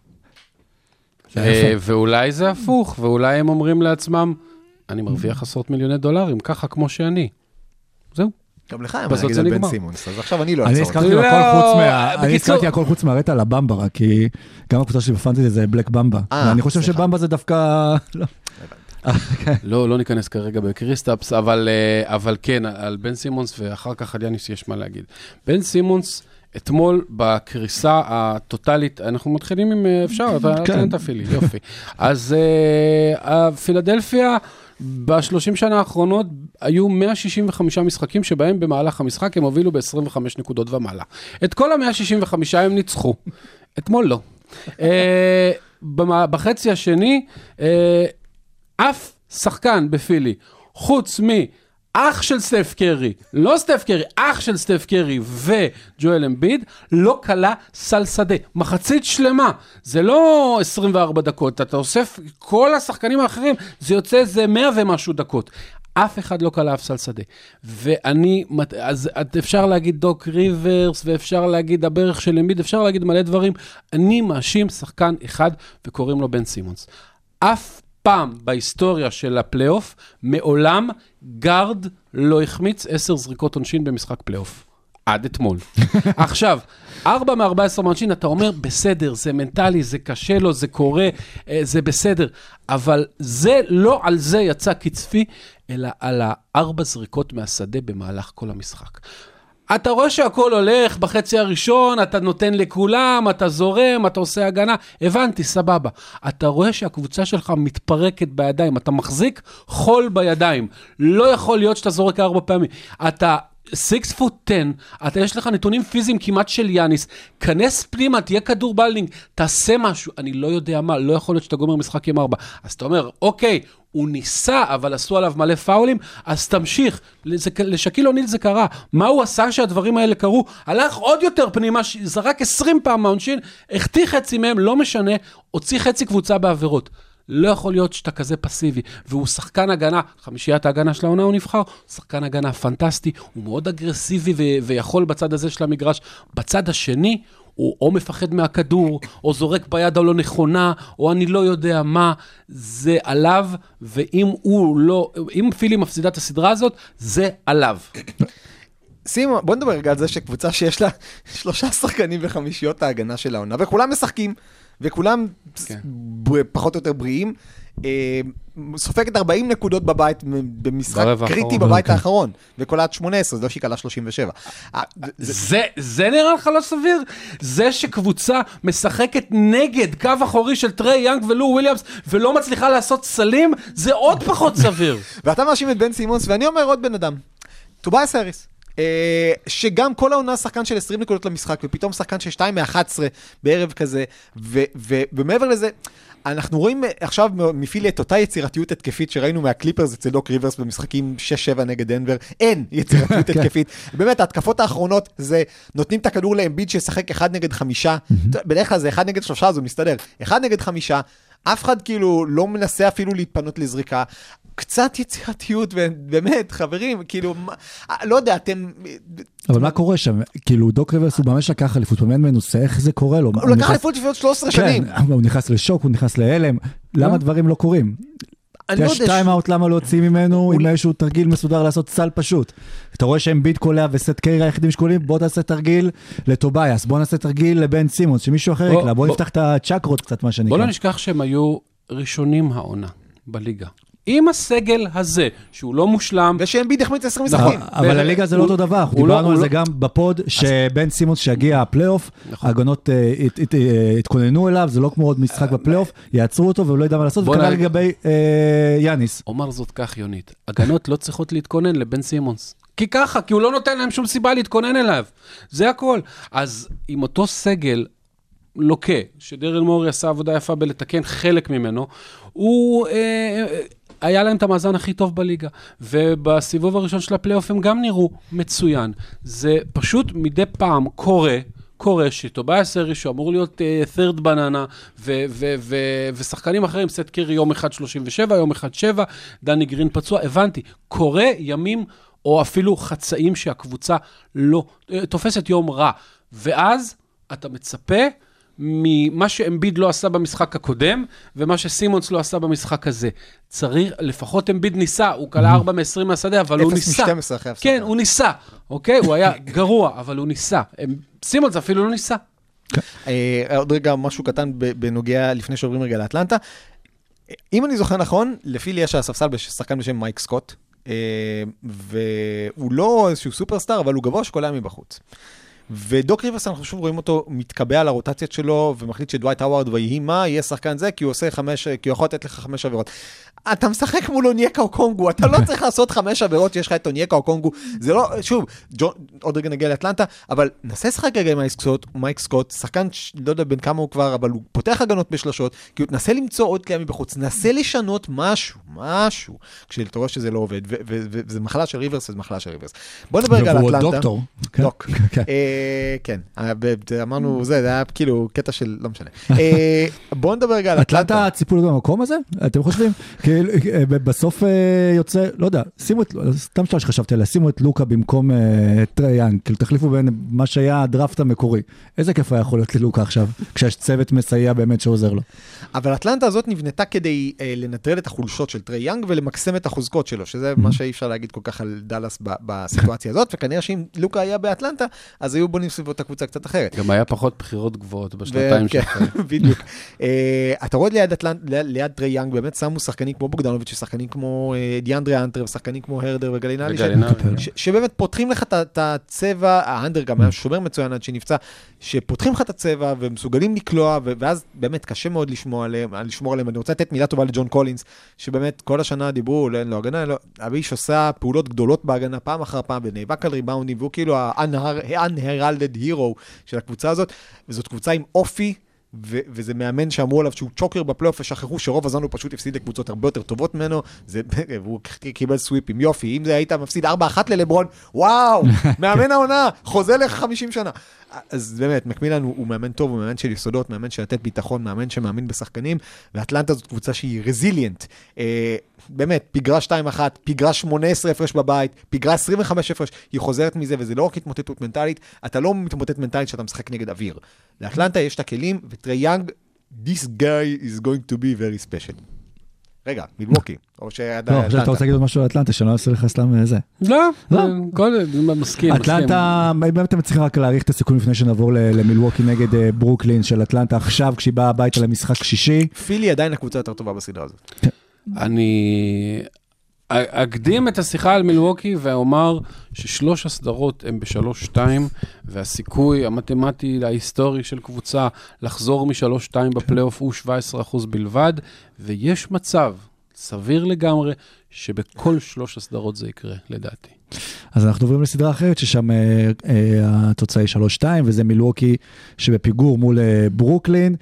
S5: ואולי זה הפוך, ואולי הם אומרים לעצמם, אני מרוויח עשרות מיליוני דולרים, ככה כמו שאני. זהו.
S4: גם לך היה מה להגיד על בן סימונס, אז עכשיו אני לא
S3: אני
S4: אעצור.
S3: הזכרתי אני הזכרתי הכל חוץ מהרטה לבמבה, רק כי גם הקבוצה שלי בפנטזי זה בלק במבה, ואני חושב שבמבה זה דווקא...
S5: לא, לא ניכנס כרגע בקריסטאפס, אבל כן, על בן סימונס ואחר כך על יאניס יש מה להגיד. בן סימונס, אתמול בקריסה הטוטלית, אנחנו מתחילים עם אפשר, אתה תפילי, יופי. אז פילדלפיה, ב-שלושים שנה האחרונות היו מאה שישים וחמישה משחקים שבהם במהלך המשחק הם הובילו ב-עשרים וחמש נקודות ומעלה. את כל ה-מאה שישים וחמש הם ניצחו. אתמול לא. בחצי השני, אף שחקן בפילי, חוץ מאח של סטף קרי, לא סטף קרי, אח של סטף קרי וג'ואל אמביד, לא קלה סל שדה. מחצית שלמה. זה לא עשרים וארבע דקות. אתה אוסף כל השחקנים האחרים, זה יוצא איזה מאה ומשהו דקות. אף אחד לא קלה אף סל שדה. ואני, אז אפשר להגיד דוק ריברס, ואפשר להגיד הברך של אמביד, אפשר להגיד מלא דברים. אני מאשים שחקן אחד, וקוראים לו בן סימונס. אף פעם בהיסטוריה של הפלייאוף, מעולם גארד לא החמיץ עשר זריקות עונשין במשחק פלייאוף. עד אתמול. עכשיו, ארבע מארבע עשרה מעונשין, אתה אומר, בסדר, זה מנטלי, זה קשה לו, זה קורה, זה בסדר. אבל זה לא על זה יצא קצפי, אלא על הארבע זריקות מהשדה במהלך כל המשחק. אתה רואה שהכל הולך בחצי הראשון, אתה נותן לכולם, אתה זורם, אתה עושה הגנה, הבנתי, סבבה. אתה רואה שהקבוצה שלך מתפרקת בידיים, אתה מחזיק חול בידיים. לא יכול להיות שאתה זורק ארבע פעמים. אתה six foot ten, אתה יש לך נתונים פיזיים כמעט של יאניס, כנס פנימה, תהיה כדור בלינג, תעשה משהו, אני לא יודע מה, לא יכול להיות שאתה גומר משחק עם ארבע. אז אתה אומר, אוקיי, הוא ניסה, אבל עשו עליו מלא פאולים, אז תמשיך. לשקיל אוניל זה קרה. מה הוא עשה שהדברים האלה קרו? הלך עוד יותר פנימה, זרק עשרים פעם מהעונשין, החטיא חצי מהם, לא משנה, הוציא חצי קבוצה בעבירות. לא יכול להיות שאתה כזה פסיבי, והוא שחקן הגנה, חמישיית ההגנה של העונה הוא נבחר, שחקן הגנה פנטסטי, הוא מאוד אגרסיבי ו- ויכול בצד הזה של המגרש. בצד השני, הוא או מפחד מהכדור, או זורק ביד הלא נכונה, או אני לא יודע מה, זה עליו, ואם הוא לא, אם פילי מפסידה את הסדרה הזאת, זה עליו.
S4: שימו, בוא נדבר רגע על זה שקבוצה שיש לה שלושה שחקנים וחמישיות ההגנה של העונה, וכולם משחקים, וכולם כן. פחות או יותר בריאים, סופגת ארבעים נקודות בבית, במשחק קריטי בבית האחרון, וקולת שמונה עשרה, זה לא שיקלה שלושים ושבע.
S5: זה נראה לך לא סביר? זה שקבוצה משחקת נגד קו אחורי של טרי יאנג ולו וויליאמס, ולא מצליחה לעשות סלים, זה עוד פחות סביר.
S4: ואתה מאשים את בן סימונס, ואני אומר עוד בן אדם, טובייס האריס. שגם כל העונה שחקן של עשרים נקודות למשחק, ופתאום שחקן של שתיים מ-אחת עשרה בערב כזה, ומעבר לזה, אנחנו רואים עכשיו מפילי את אותה יצירתיות התקפית שראינו מהקליפרס אצל דוק ריברס במשחקים שש שבע נגד דנבר, אין יצירתיות התקפית. באמת, ההתקפות האחרונות זה נותנים את הכדור לאמביד שישחק אחד נגד חמישה, בדרך כלל זה אחד נגד שלושה, אז הוא מסתדר. אחד נגד חמישה, אף אחד כאילו לא מנסה אפילו להתפנות לזריקה, קצת יצירתיות, ובאמת, חברים, כאילו, לא יודע, אתם...
S3: אבל מה קורה שם? כאילו, דוק ריברס הוא ממש לקח אליפות, באמת מנוסה, איך זה קורה לו?
S4: הוא לקח אליפות לפני שלוש עשרה שנים.
S3: כן, הוא נכנס לשוק, הוא נכנס להלם, למה דברים לא קורים? יש טיים אאוט, למה לא יוצאים ממנו, עם איזשהו תרגיל מסודר לעשות סל פשוט. אתה רואה שהם ביט קולע וסט קיירי היחידים שקולים, בוא תעשה תרגיל לטובייס, בוא נעשה תרגיל לבן סימונס, שמישהו אחר יקלה, בוא נפתח את הצ'קרות קצת, מה שנקרא.
S5: בוא לא נשכח שהם היו ראשונים העונה בליגה. עם הסגל הזה, שהוא לא מושלם.
S4: ושהם ביט החמיץ עשרים משחקים.
S3: אבל הליגה זה לא אותו דבר. דיברנו על זה גם בפוד, שבן סימונס שהגיע הפלייאוף, ההגנות התכוננו אליו, זה לא כמו עוד משחק בפלייאוף, יעצרו אותו והוא לא ידע מה לעשות, וכנראה לגבי יאניס.
S5: אומר זאת כך, יונית. הגנות לא צריכות להתכונן לבן סימונס. כי ככה, כי הוא לא נותן להם שום סיבה להתכונן אליו. זה הכל. אז עם אותו סגל, לוקה, שדרל מורי עשה עבודה יפה בלתקן חלק ממנו, הוא... היה להם את המאזן הכי טוב בליגה, ובסיבוב הראשון של הפלייאוף הם גם נראו מצוין. זה פשוט מדי פעם קורה, קורה שטובייס האריס, שהוא אמור להיות uh, third banana, ו- ו- ו- ושחקנים אחרים, סט קרי יום אחד שלושים ושבע, יום אחד שבע, דני גרין פצוע, הבנתי, קורה ימים, או אפילו חצאים שהקבוצה לא, תופסת יום רע, ואז אתה מצפה, ממה שאמביד לא עשה במשחק הקודם, ומה שסימונס לא עשה במשחק הזה. צריך, לפחות אמביד ניסה, הוא קלה ארבע מ-עשרים מהשדה, אבל הוא ניסה. אפס משתים עשרה אחרי הפסקה. כן, הוא ניסה, אוקיי? הוא היה גרוע, אבל הוא ניסה. סימונס אפילו לא ניסה.
S4: עוד רגע, משהו קטן בנוגע, לפני שעוברים רגע לאטלנטה. אם אני זוכר נכון, לפי לי יש הספסל בשחקן בשם מייק סקוט, והוא לא איזשהו סופרסטאר, אבל הוא גבוה שקולה מבחוץ. ודוק ריברס, אנחנו שוב רואים אותו מתקבע על הרוטציות שלו, ומחליט שדווייט האווארד ויהי מה, יהיה שחקן זה, כי הוא עושה חמש, כי הוא יכול לתת לך חמש עבירות. אתה משחק מול אונייקה או קונגו, אתה לא צריך לעשות חמש עבירות שיש לך את אונייקה או קונגו, זה לא, שוב, ג'ון, עוד רגע נגיע לאטלנטה, אבל נסה שחק רגע עם מייק סקוט, שחקן, לא יודע בין כמה הוא כבר, אבל הוא פותח הגנות בשלשות, כי הוא נסה למצוא עוד כלי מבחוץ, נסה לשנות משהו, משהו, כשאתה רואה שזה לא עובד, וזה מחלה של ריברס, זה מחלה של ריברס. בוא נדבר רגע על אטלנטה. והוא דוקטור. דוק. כן, אמרנו, זה היה כאילו קטע של, לא משנה. בוא נדבר רגע על אטלנטה.
S3: אטלנטה ציפו לו במקום הזה? אתם חושבים? בסוף יוצא, לא יודע, שימו את, סתם שאלה שחשבתי עליה, שימו את לוקה במקום טרי יאנג, כאילו תחליפו בין מה שהיה הדראפט המקורי. איזה כיף היה יכול להיות ללוקה עכשיו, כשיש צוות מסייע באמת שעוזר לו.
S4: אבל אטלנטה הזאת נבנתה כדי לנטרל את החולשות של טרי יאנג ולמקסם את החוזקות שלו, שזה מה שאי אפשר להגיד כל כך על דלס בסיטואציה הזאת, וכנראה שאם לוקה היה באטלנטה, אז היו בונים סביבו את הקבוצה קצת אחרת.
S5: גם היה פחות בחירות גבוהות בשנתיים שלכם.
S4: בדיוק. אתה רואה ליד טרי יאנג, באמת שמו שחקנים כמו בוגדנוביץ', שחקנים כמו דיאנדרי אנטר, ושחקנים כמו הרדר וגלינלי, שבאמת פותחים לך את הצבע, האנדר גם היה שומר מצוין עד שנפצע, שפותחים לך את הצבע ומסוגלים לקלוע, ואז באמת קשה מאוד לשמור עליהם. אני רוצה לתת מילה טובה לג'ון קולינס, שבאמת כל השנה דיברו, לא הגנה, אביש עושה פעולות גדולות בהגנה פעם אחר פעם, ונאבק על ריבאונדים, והוא כאילו ה-unheralded hero של הקבוצה הזאת, וזאת קבוצה עם אופי, ו- וזה מאמן שאמרו עליו שהוא צ'וקר בפלייאוף, ושכחו שרוב הזמן הוא פשוט הפסיד לקבוצות הרבה יותר טובות ממנו, זה, והוא קיבל סוויפ עם יופי, אם זה היית מפסיד ארבע אחת ללברון, וואו, מאמן העונה, חוזה לך חמישים שנה. אז באמת, מקמילן הוא, הוא מאמן טוב, הוא מאמן של יסודות, מאמן של לתת ביטחון, מאמן שמאמין בשחקנים, ואטלנטה זאת קבוצה שהיא רזיליאנט. אה, באמת, פיגרה שתיים אחת, פיגרה שמונה עשרה הפרש בבית, פיגרה עשרים וחמש הפרש, היא חוזרת מזה, וזה לא רק התמוטטות מנטלית, אתה לא מתמוטט מנטלית שאתה משחק נגד אוויר. לאטלנטה יש את הכלים, וטרי יאנג, this guy is going to be very special. רגע, מילווקי, או שעדיין...
S3: לא, אתה רוצה להגיד עוד משהו על אטלנטה, שאני לא אעשה לך סתם זה.
S5: לא, כל מסכים.
S3: אטלנטה, באמת אתם צריכים רק להעריך את הסיכון לפני שנעבור למילווקי נגד ברוקלין של אטלנטה עכשיו, כשהיא באה הביתה למשחק שישי.
S4: פילי עדיין הקבוצה יותר טובה בסדרה הזאת.
S5: אני אקדים את השיחה על מילווקי ואומר ששלוש הסדרות הם בשלוש שתיים, והסיכוי המתמטי ההיסטורי של קבוצה לחזור משלוש שתיים בפלייאוף הוא שבע עשרה אחוז בלבד, ויש מצב סביר לגמרי שבכל שלוש הסדרות זה יקרה, לדעתי.
S3: אז אנחנו עוברים לסדרה אחרת ששם אה, אה, התוצאה היא שלוש שתיים, וזה מילווקי שבפיגור מול אה, ברוקלין.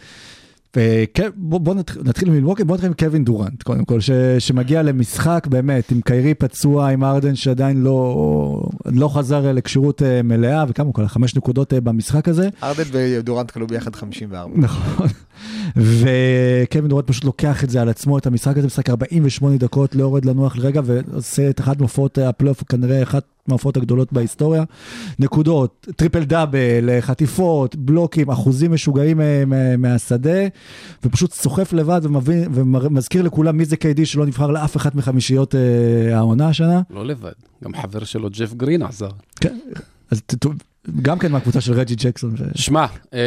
S3: ובוא בוא נתחיל ממילווקי, בוא נתחיל עם קווין דורנט, קודם כל, ש, שמגיע למשחק באמת, עם קיירי פצוע, עם ארדן שעדיין לא, לא חזר לקשירות מלאה, וכמה כל חמש נקודות במשחק הזה.
S4: ארדן ודורנט קלו ביחד חמישים וארבע.
S3: נכון. וקווין דורנט פשוט לוקח את זה על עצמו, את המשחק הזה, משחק ארבעים ושמונה דקות, לא יורד לנוח לרגע, ועושה את אחת מהופעות הפלייאוף, כנראה אחת מההופעות הגדולות בהיסטוריה. נקודות, טריפל דאבל, חטיפות, בלוקים, אחוזים משוגעים מהשדה, ופשוט סוחף לבד ומבין, ומזכיר לכולם מי זה קיי די שלא נבחר לאף אחת מחמישיות העונה השנה.
S5: לא לבד, גם חבר שלו ג'ף גרין עזר.
S3: כן, אז גם כן מהקבוצה של רג'י ג'קסון.
S5: שמע,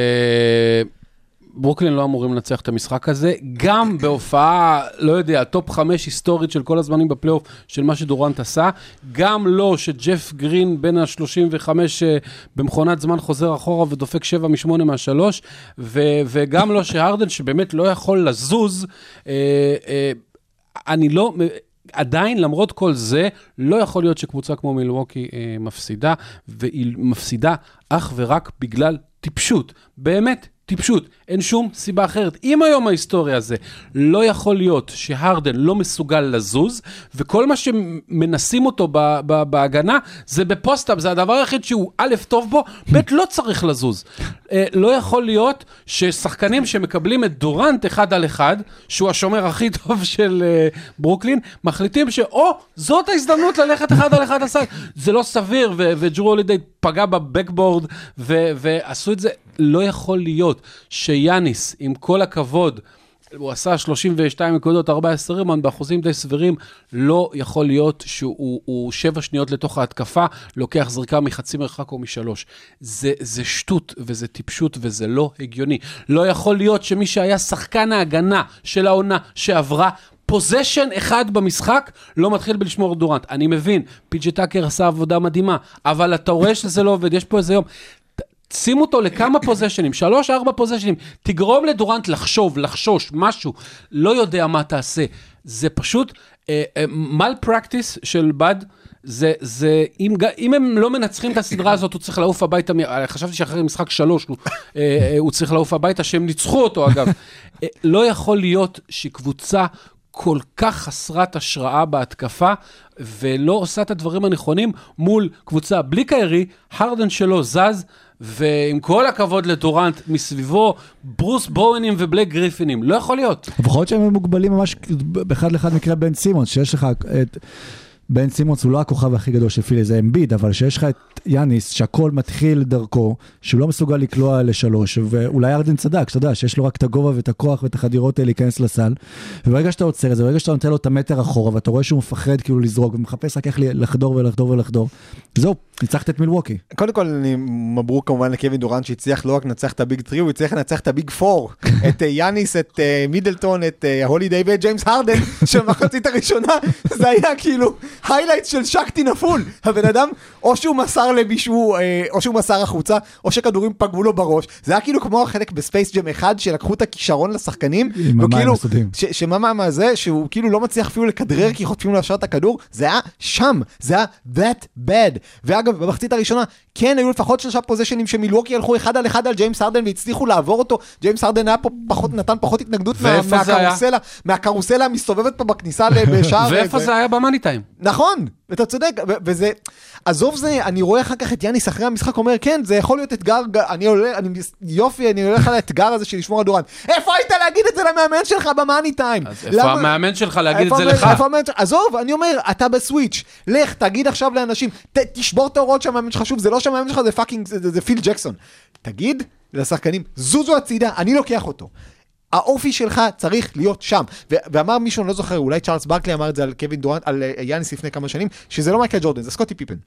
S5: ברוקלין לא אמורים לנצח את המשחק הזה, גם בהופעה, לא יודע, טופ חמש היסטורית של כל הזמנים בפלייאוף של מה שדורנט עשה, גם לא שג'ף גרין בין ה-שלושים וחמש במכונת זמן חוזר אחורה ודופק שבע משמונה מהשלוש, ו- וגם לא שהרדן שבאמת לא יכול לזוז, אה, אה, אני לא... עדיין, למרות כל זה, לא יכול להיות שקבוצה כמו מילווקי אה, מפסידה, והיא מפסידה אך ורק בגלל טיפשות. באמת, טיפשות. אין שום סיבה אחרת. אם היום ההיסטוריה הזה לא יכול להיות שהרדן לא מסוגל לזוז, וכל מה שמנסים אותו ב- ב- בהגנה, זה בפוסט-אפ, זה הדבר היחיד שהוא א' טוב בו, ב' לא צריך לזוז. אה, לא יכול להיות ששחקנים שמקבלים את דורנט אחד על אחד, שהוא השומר הכי טוב של אה, ברוקלין, מחליטים שאו, זאת ההזדמנות ללכת אחד על אחד לסל. זה לא סביר, ו- וג'רו הולידיי פגע בבקבורד, ו- ועשו את זה. לא יכול להיות שיאניס, עם כל הכבוד, הוא עשה שלושים ושתיים נקודות, ארבע עשרה ריבאונד, באחוזים די סבירים, לא יכול להיות שהוא הוא שבע שניות לתוך ההתקפה, לוקח זריקה מחצי מרחק או משלוש. זה, זה שטות וזה טיפשות וזה לא הגיוני. לא יכול להיות שמי שהיה שחקן ההגנה של העונה שעברה, פוזיישן אחד במשחק, לא מתחיל בלשמור דורנט. אני מבין, פי.ג'יי טאקר עשה עבודה מדהימה, אבל אתה רואה שזה לא עובד, יש פה איזה יום... שים אותו לכמה פוזיישנים, שלוש, ארבע פוזיישנים, תגרום לדורנט לחשוב, לחשוש, משהו, לא יודע מה תעשה. זה פשוט מל פרקטיס של בד, זה, זה, אם, אם הם לא מנצחים את הסדרה הזאת, הוא צריך לעוף הביתה, חשבתי שאחרי משחק שלוש, הוא, הוא צריך לעוף הביתה, שהם ניצחו אותו אגב. לא יכול להיות שקבוצה כל כך חסרת השראה בהתקפה, ולא עושה את הדברים הנכונים מול קבוצה בלי קיירי, הרדן שלו זז, ועם כל הכבוד לדורנט מסביבו, ברוס בואנים ובלק גריפינים, לא יכול להיות.
S3: לפחות שהם מוגבלים ממש באחד לאחד מקרה בן סימון, שיש לך את... בן סימונס הוא לא הכוכב הכי גדול של פילי, זה אמביד, אבל שיש לך את יאניס, שהכל מתחיל דרכו, שהוא לא מסוגל לקלוע לשלוש, ואולי ארדן צדק, שאתה יודע, שיש לו רק את הגובה ואת הכוח ואת החדירות האלה להיכנס לסל, וברגע שאתה עוצר את זה, ברגע שאתה נותן לו את המטר אחורה, ואתה רואה שהוא מפחד כאילו לזרוק, ומחפש רק איך לחדור ולחדור ולחדור, זהו, ניצחת את מילווקי.
S4: קודם כל, אני מברוק כמובן לקווין דורנט, שהצליח לא רק לנצח את הביג טרי, הוא הצליח לנצח את הביג פור, את יאניס, את מידלטון, את הולידיי וג'יימס הרדן, שבמחצית הראשונה, זה היה כאילו היילייט של שקטי נפול. הבן אדם, או שהוא מסר למישהו, או שהוא מסר החוצה, או שכדורים פגעו לו בראש. זה היה כאילו כמו החלק בספייס ג'ם אחד, שלקחו את הכישרון לשחקנים, וכאילו, שמה מה זה, שהוא כאילו לא מצליח אפילו לכדרר, כי חוטפים לו ישר את הכדור, זה היה שם, זה היה that bad. ואגב, במחצית הראשונה, כן, היו לפחות שלושה פוזיישנים שמילווקי הלכו אחד על אחד על ג'יימס הרדן, והצליחו לעבור אותו. ג'יימס הרדן היה פה פחות, נתן פחות התנגדות מהקרוסלה, מהקרוסלה המסתובבת פה בכניסה בשער.
S5: ואיפה זה היה במאני טיים?
S4: נכון, ואתה צודק, וזה, עזוב זה, אני רואה אחר כך את יאניס אחרי המשחק, אומר, כן, זה יכול להיות אתגר, אני עולה, אני, יופי, אני הולך על האתגר הזה של לשמור על דורנט. איפה היית להגיד את זה למאמן שלך במאני טיים?
S5: אז איפה המאמן שלך להגיד את זה לך?
S4: עזוב, אני אומר, אתה בסוויץ', לך, תגיד עכשיו לאנשים, תשבור את ההוראות שהמאמן שלך, שוב, זה לא שהמאמן שלך, זה פאקינג, זה פיל ג'קסון. תגיד לשחקנים, זוזו הצידה, אני לוקח אותו. האופי שלך צריך להיות שם. ואמר מישהו, אני לא זוכר, אולי צ'ארלס ברקלי אמר את זה על קווין דורנט, על יאניס לפני כמה שנים, שזה לא מייקל ג'ורדן, זה סקוטי פיפן.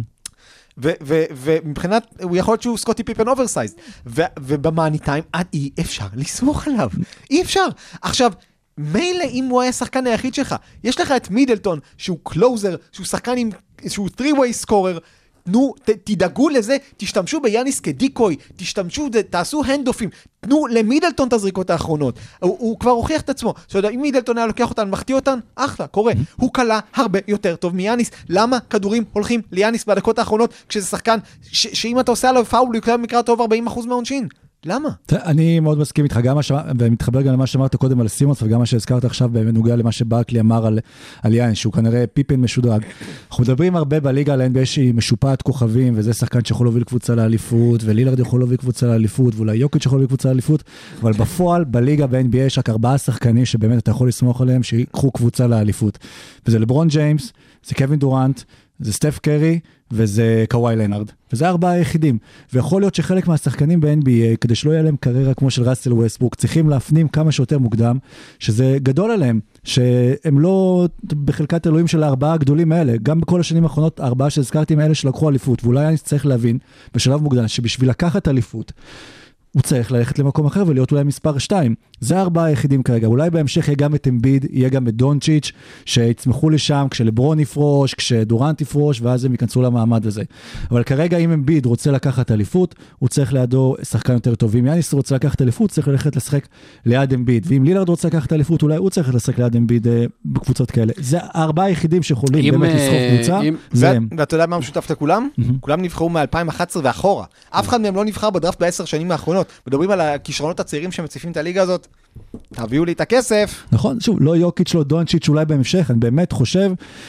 S4: ומבחינת, הוא יכול להיות שהוא סקוטי פיפן אוברסייזד. ובמאני טיים, אי אפשר לסמוך עליו. אי אפשר. עכשיו, מילא אם הוא היה שחקן היחיד שלך, יש לך את מידלטון, שהוא קלוזר, שהוא שחקן עם, שהוא three-way scorer, תנו, ת, תדאגו לזה, תשתמשו ביאניס כדיקוי, תשתמשו, תעשו הנדופים, תנו למידלטון את הזריקות האחרונות. הוא, הוא כבר הוכיח את עצמו. זאת אומרת, אם מידלטון היה לוקח אותן, מחטיא אותן, אחלה, קורה. הוא קלה הרבה יותר טוב מיאניס. למה כדורים הולכים ליאניס בדקות האחרונות, כשזה שחקן, ש, שאם אתה עושה עליו פאול, הוא יקרה במקרה טוב ארבעים אחוז מהעונשין? למה? אני מאוד מסכים איתך, גם ומתחבר גם למה שאמרת קודם על סימונס, וגם מה שהזכרת עכשיו בנוגע למה שברקלי אמר על, על יאניס, שהוא כנראה פיפן משודרג. אנחנו מדברים הרבה בליגה על ה-אן בי איי שהיא משופעת כוכבים, וזה שחקן שיכול להוביל קבוצה לאליפות, ולילארד יכול להוביל קבוצה לאליפות, ואולי יוקיץ' יכול להוביל קבוצה לאליפות, אבל בפועל, בליגה ב-אן בי איי יש רק ארבעה שחקנים שבאמת אתה יכול לסמוך עליהם, שיקחו קבוצה לאליפות. וזה לברון ג'יימס, זה קווין דורנט, זה סטף קרי, וזה קוואי לנארד. וזה ארבעה היחידים. ויכול להיות שחלק מהשחקנים ב-אן בי איי, כדי שלא יהיה להם קריירה כמו של ראסל ווסטברוק, צריכים להפנים כמה שיותר מוקדם, שזה גדול עליהם, שהם לא בחלקת אלוהים של הארבעה הגדולים האלה. גם בכל השנים האחרונות, הארבעה שהזכרתי הם אלה שלקחו אליפות, ואולי אני צריך להבין, בשלב מוקדם, שבשביל לקחת אליפות, הוא צריך ללכת למקום אחר ולהיות אולי מספר שתיים. זה ארבעה היחידים כרגע. אולי בהמשך יהיה גם את אמביד, יהיה גם את דונצ'יץ' שיצמחו לשם כשלברון יפרוש, כשדורנט יפרוש, ואז הם ייכנסו למעמד הזה. אבל כרגע אם אמביד רוצה לקחת אליפות, הוא צריך לידו שחקן יותר טוב. אם יאניס רוצה לקחת אליפות, צריך ללכת לשחק ליד אמביד. ואם לילארד רוצה לקחת אליפות, אולי הוא צריך לשחק ליד אמביד בקבוצות כאלה. זה ארבעה היחידים שיכולים באמת לסחוף קבוצה. זה הם. ואתה יודע מה משותף לכולם? כולם נבחרו מ-אלפיים ואחת עשרה ואחורה. אף אחד מהם לא נבחר בדראפט בעשר שנים האחרונות. מדברים על הכישרונות הצעירים שמציפים את הליגה הזאת, תביאו לי את הכסף.
S3: נכון, שוב, לא יוקיץ', לא דונצ'יץ', אולי בהמשך, אני באמת חושב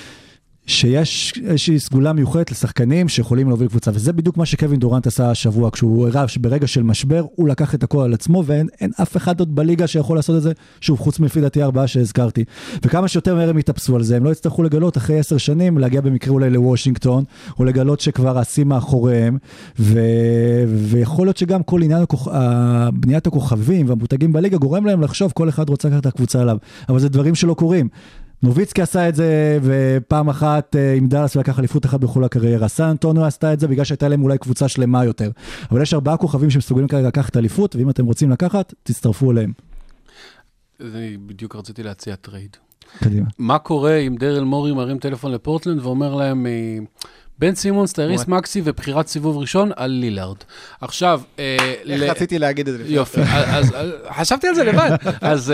S3: שיש איזושהי סגולה מיוחדת לשחקנים שיכולים להוביל קבוצה, וזה בדיוק מה שקווין דורנט עשה השבוע, כשהוא הראה שברגע של משבר, הוא לקח את הכל על עצמו, ואין אין אף אחד עוד בליגה שיכול לעשות את זה, שוב, חוץ מפי דעתי ארבעה שהזכרתי. וכמה שיותר מהר הם יתאפסו על זה, הם לא יצטרכו לגלות אחרי עשר שנים, להגיע במקרה אולי לוושינגטון, או לגלות שכבר עשים מאחוריהם, ו... ויכול להיות שגם כל עניין הכוח... בניית הכוכבים והמותגים בליגה גורם להם לחשוב, כל אחד רוצה לקחת את הקבוצה עליו, אבל זה דברים שלא קורים. נוביצקי עשה את זה, ופעם אחת עם דאלאס ולקח אליפות אחת בכל הקריירה. סן אנטוניו עשתה את זה בגלל שהייתה להם אולי קבוצה שלמה יותר. אבל יש ארבעה כוכבים שמסוגלים כרגע לקחת אליפות, ואם אתם רוצים לקחת, תצטרפו אליהם.
S5: אני בדיוק רציתי להציע טרייד.
S3: קדימה.
S5: מה קורה אם דרל מורי מרים טלפון לפורטלנד ואומר להם, בן סימונס, טייריס מקסי ובחירת סיבוב ראשון על לילארד. עכשיו...
S4: איך רציתי להגיד את זה?
S5: יופי, אז חשבתי על זה לבד. אז...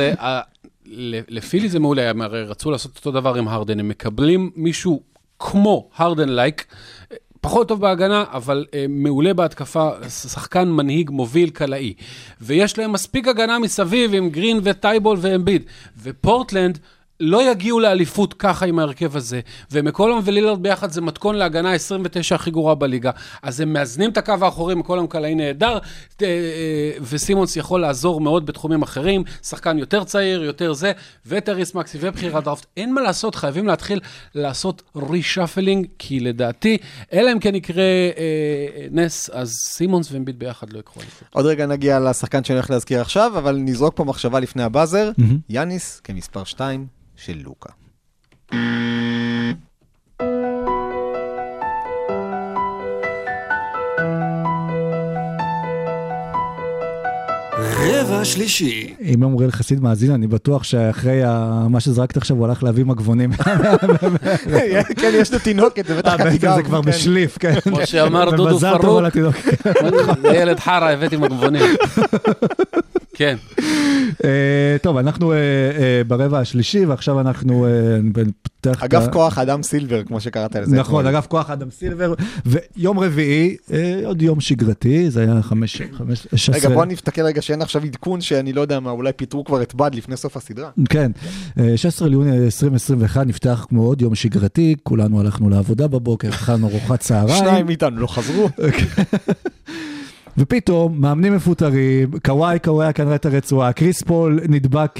S5: לפילי זה מעולה, הם הרי רצו לעשות אותו דבר עם הרדן, הם מקבלים מישהו כמו הרדן לייק, פחות טוב בהגנה, אבל uh, מעולה בהתקפה, שחקן מנהיג מוביל קלעי, ויש להם מספיק הגנה מסביב עם גרין וטייבול ואמביד, ופורטלנד לא יגיעו לאליפות ככה עם ההרכב הזה, ומקולום ולילרד ביחד זה מתכון להגנה עשרים ותשע הכי גרוע בליגה, אז הם מאזנים את הקו האחורי, מקולום קלעי נהדר, וסימונס יכול לעזור מאוד בתחומים אחרים, שחקן יותר צעיר, יותר זה, וטריס מקסי ובחירת דראפט, אין מה לעשות, חייבים להתחיל לעשות רישאפלינג, כי לדעתי, אלא אם כן יקרה אה, נס, אז סימונס ואמביט ביחד לא יקחו אליפות.
S4: עוד רגע נגיע לשחקן שאני הולך להזכיר עכשיו, אבל נזרוק פה מחשבה לפני הבאזר, יאניס כמספר שתיים של לוקה.
S1: רבע שלישי.
S3: אם אמוריאל חסיד מאזין, אני בטוח שאחרי מה שזרקת עכשיו הוא הלך להביא מגבונים.
S4: כן, יש לו תינוקת, זה בטח
S3: כתיגב. זה כבר בשליף, כן.
S5: כמו שאמר דודו פרוק, זה ילד חרה, הבאתי מגבונים. כן.
S3: טוב, אנחנו ברבע השלישי, ועכשיו אנחנו...
S4: אגף כוח אדם סילבר, כמו שקראת על זה.
S3: נכון, אגף כוח אדם סילבר, ויום רביעי, עוד יום שגרתי, זה היה חמש, חמש, שש עשרה.
S4: רגע, בוא נפתקל רגע שאין עכשיו עדכון, שאני לא יודע מה, אולי פיתרו כבר את בד לפני סוף הסדרה.
S3: כן, שש עשרה ליוני עשרים עשרים ואחת נפתח כמו עוד יום שגרתי, כולנו הלכנו לעבודה בבוקר, אכלנו ארוחת צהריים.
S4: שניים מאיתנו לא חזרו.
S3: ופתאום, מאמנים מפוטרים, קוואי, קוואי כנראה את הרצועה, קריס פול נדבק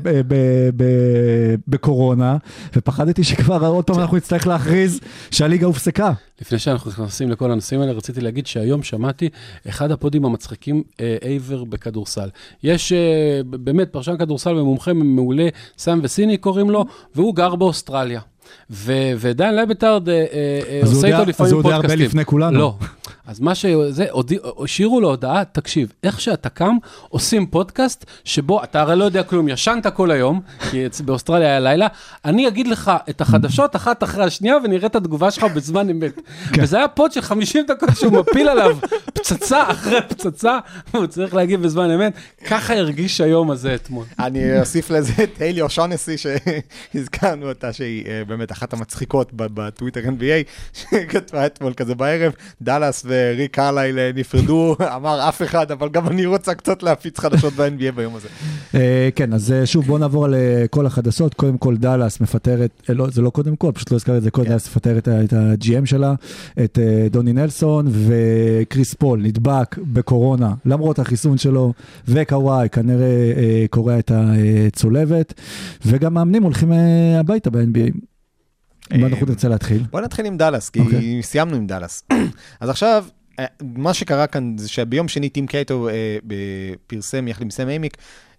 S3: בקורונה, ופחדתי שכבר עוד פעם אנחנו נצטרך להכריז שהליגה הופסקה.
S5: לפני שאנחנו נכנסים לכל הנושאים האלה, רציתי להגיד שהיום שמעתי אחד הפודים המצחיקים אייבר בכדורסל. יש באמת פרשן כדורסל ומומחה מעולה, סם וסיני קוראים לו, והוא גר באוסטרליה. ודיין לייבטרד עושה איתו לפעמים פודקאסטים.
S3: אז הוא יודע הרבה לפני כולנו.
S5: לא. אז מה שזה, השאירו לו הודעה, תקשיב, איך שאתה קם, עושים פודקאסט, שבו אתה הרי לא יודע כלום, ישנת כל היום, כי באוסטרליה היה לילה, אני אגיד לך את החדשות, אחת אחרי השנייה, ונראה את התגובה שלך בזמן אמת. וזה היה פוד של חמישים דקות, שהוא מפיל עליו פצצה אחרי פצצה, והוא צריך להגיב בזמן אמת, ככה הרגיש היום הזה אתמול.
S4: אני אוסיף לזה את היילי אושנסי, שהזכרנו אותה, שהיא באמת אחת המצחיקות בטוויטר אן בי איי, שכתבה אתמול כזה בערב, דאלאס וריק קרלייל נפרדו, אמר אף אחד, אבל גם אני רוצה קצת להפיץ חדשות ב-אן בי איי ביום הזה.
S3: כן, אז שוב, בואו נעבור על כל החדשות. קודם כל, דאלאס מפטרת, זה לא קודם כל, פשוט לא הזכר את זה, קודם דאלאס מפטרת את ה-ג'י אם שלה, את דוני נלסון, וקריס פול נדבק בקורונה, למרות החיסון שלו, וקוואי כנראה קורא את הצולבת, וגם מאמנים הולכים הביתה ב-אן בי איי. מה אנחנו נרצה להתחיל?
S4: בוא נתחיל עם דאלאס, כי okay. סיימנו עם דאלאס. אז עכשיו, מה שקרה כאן זה שביום שני טים קייטו פרסם יחד עם סם איימיק,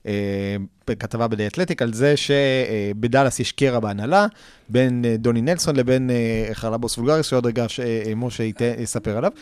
S4: בכתבה בדי אתלטיק, על זה שבדאלאס יש קרע בהנהלה, בין דוני נלסון לבין חרלבוס וולגריס, שעוד רגע שמשה יספר עליו,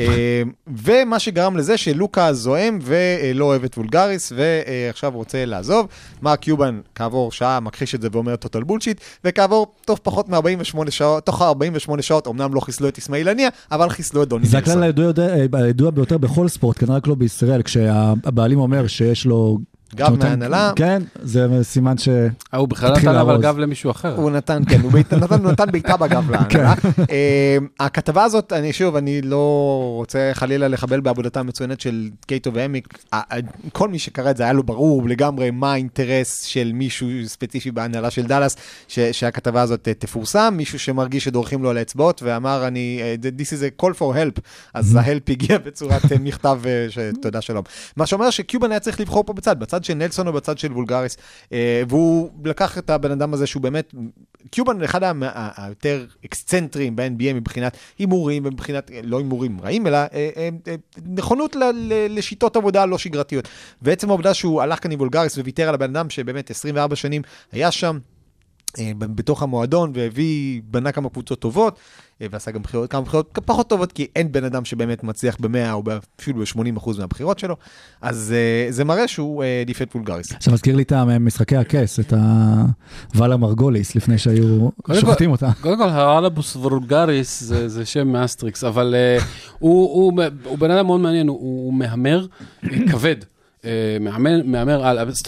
S4: ומה שגרם לזה שלוקה זוהם ולא אוהב את וולגריס, ועכשיו רוצה לעזוב. מרק קיובן כעבור שעה מכחיש את זה ואומר טוטל בולשיט, וכעבור תוך פחות מ-ארבעים ושמונה שעות, תוך ארבעים ושמונה שעות, אמנם לא חיסלו את אסמאעיל הנייה, אבל חיסלו את דוני נלסון.
S3: זה הכלל הידוע ביותר בכל ספורט, כנראה רק לא בישראל, כשהבעלים אומר שיש לו
S4: גב מהנהלה.
S3: כן, זה סימן ש...
S5: הוא בכלל נתן אבל גב למישהו אחר.
S4: הוא נתן, כן, הוא נתן בעיטה בגב להנהלה. הכתבה הזאת, אני שוב, אני לא רוצה חלילה לחבל בעבודתה המצוינת של קייטו ואמיק. כל מי שקרא את זה היה לו ברור לגמרי מה האינטרס של מישהו ספציפי בהנהלה של דאלאס, שהכתבה הזאת תפורסם, מישהו שמרגיש שדורכים לו על האצבעות, ואמר, אני, this is a call for help, אז ה-help הגיע בצורת מכתב שתודה שלום. מה שאומר שקיובן היה צריך לבחור פה בצד, בצד של נלסון או בצד של וולגריס, והוא לקח את הבן אדם הזה שהוא באמת, קיובן אחד היותר אקסצנטרים ב-אן בי איי מבחינת הימורים, מבחינת, לא הימורים רעים, אלא נכונות לשיטות עבודה לא שגרתיות. ועצם העובדה שהוא הלך כאן עם וולגריס וויתר על הבן אדם שבאמת עשרים וארבע שנים היה שם, בתוך המועדון, והביא, בנה כמה קבוצות טובות, ועשה גם בחירות, כמה בחירות פחות טובות, כי אין בן אדם שבאמת מצליח ב-מאה או אפילו ב-שמונים אחוז מהבחירות שלו, אז זה מראה שהוא דיפט וולגריס.
S3: עכשיו מזכיר לי את משחקי הכס, את הוואלה מרגוליס, לפני שהיו שוחטים אותה. קודם
S5: כל, הרלבוס וולגריס זה שם מאסטריקס, אבל הוא בן אדם מאוד מעניין, הוא מהמר כבד. מאמר על, זאת אומרת,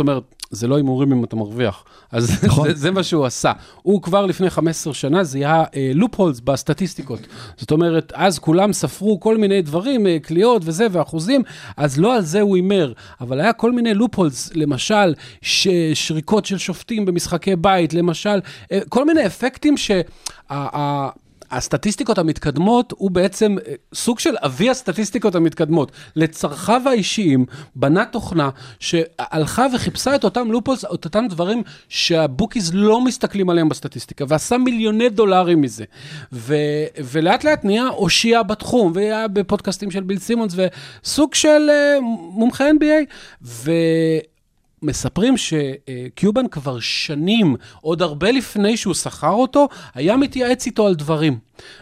S5: זה לא הימורים אם אתה מרוויח. אז
S3: נכון.
S5: זה, זה מה שהוא עשה. הוא כבר לפני חמש עשרה שנה, זה היה לופ הולס בסטטיסטיקות. זאת אומרת, אז כולם ספרו כל מיני דברים, אה, קליות וזה, ואחוזים, אז לא על זה הוא הימר, אבל היה כל מיני לופ הולס, למשל, ש, שריקות של שופטים במשחקי בית, למשל, אה, כל מיני אפקטים שה... ה, הסטטיסטיקות המתקדמות הוא בעצם סוג של אבי הסטטיסטיקות המתקדמות. לצרכיו האישיים בנה תוכנה שהלכה וחיפשה את אותם לופולס, את אותם דברים שהבוקיז לא מסתכלים עליהם בסטטיסטיקה, ועשה מיליוני דולרים מזה. ו, ולאט לאט נהיה אושייה בתחום, והיה בפודקאסטים של ביל סימונס, וסוג של uh, מומחה אן בי איי, ו... מספרים שקיובן כבר שנים, עוד הרבה לפני שהוא שכר אותו, היה מתייעץ איתו על דברים.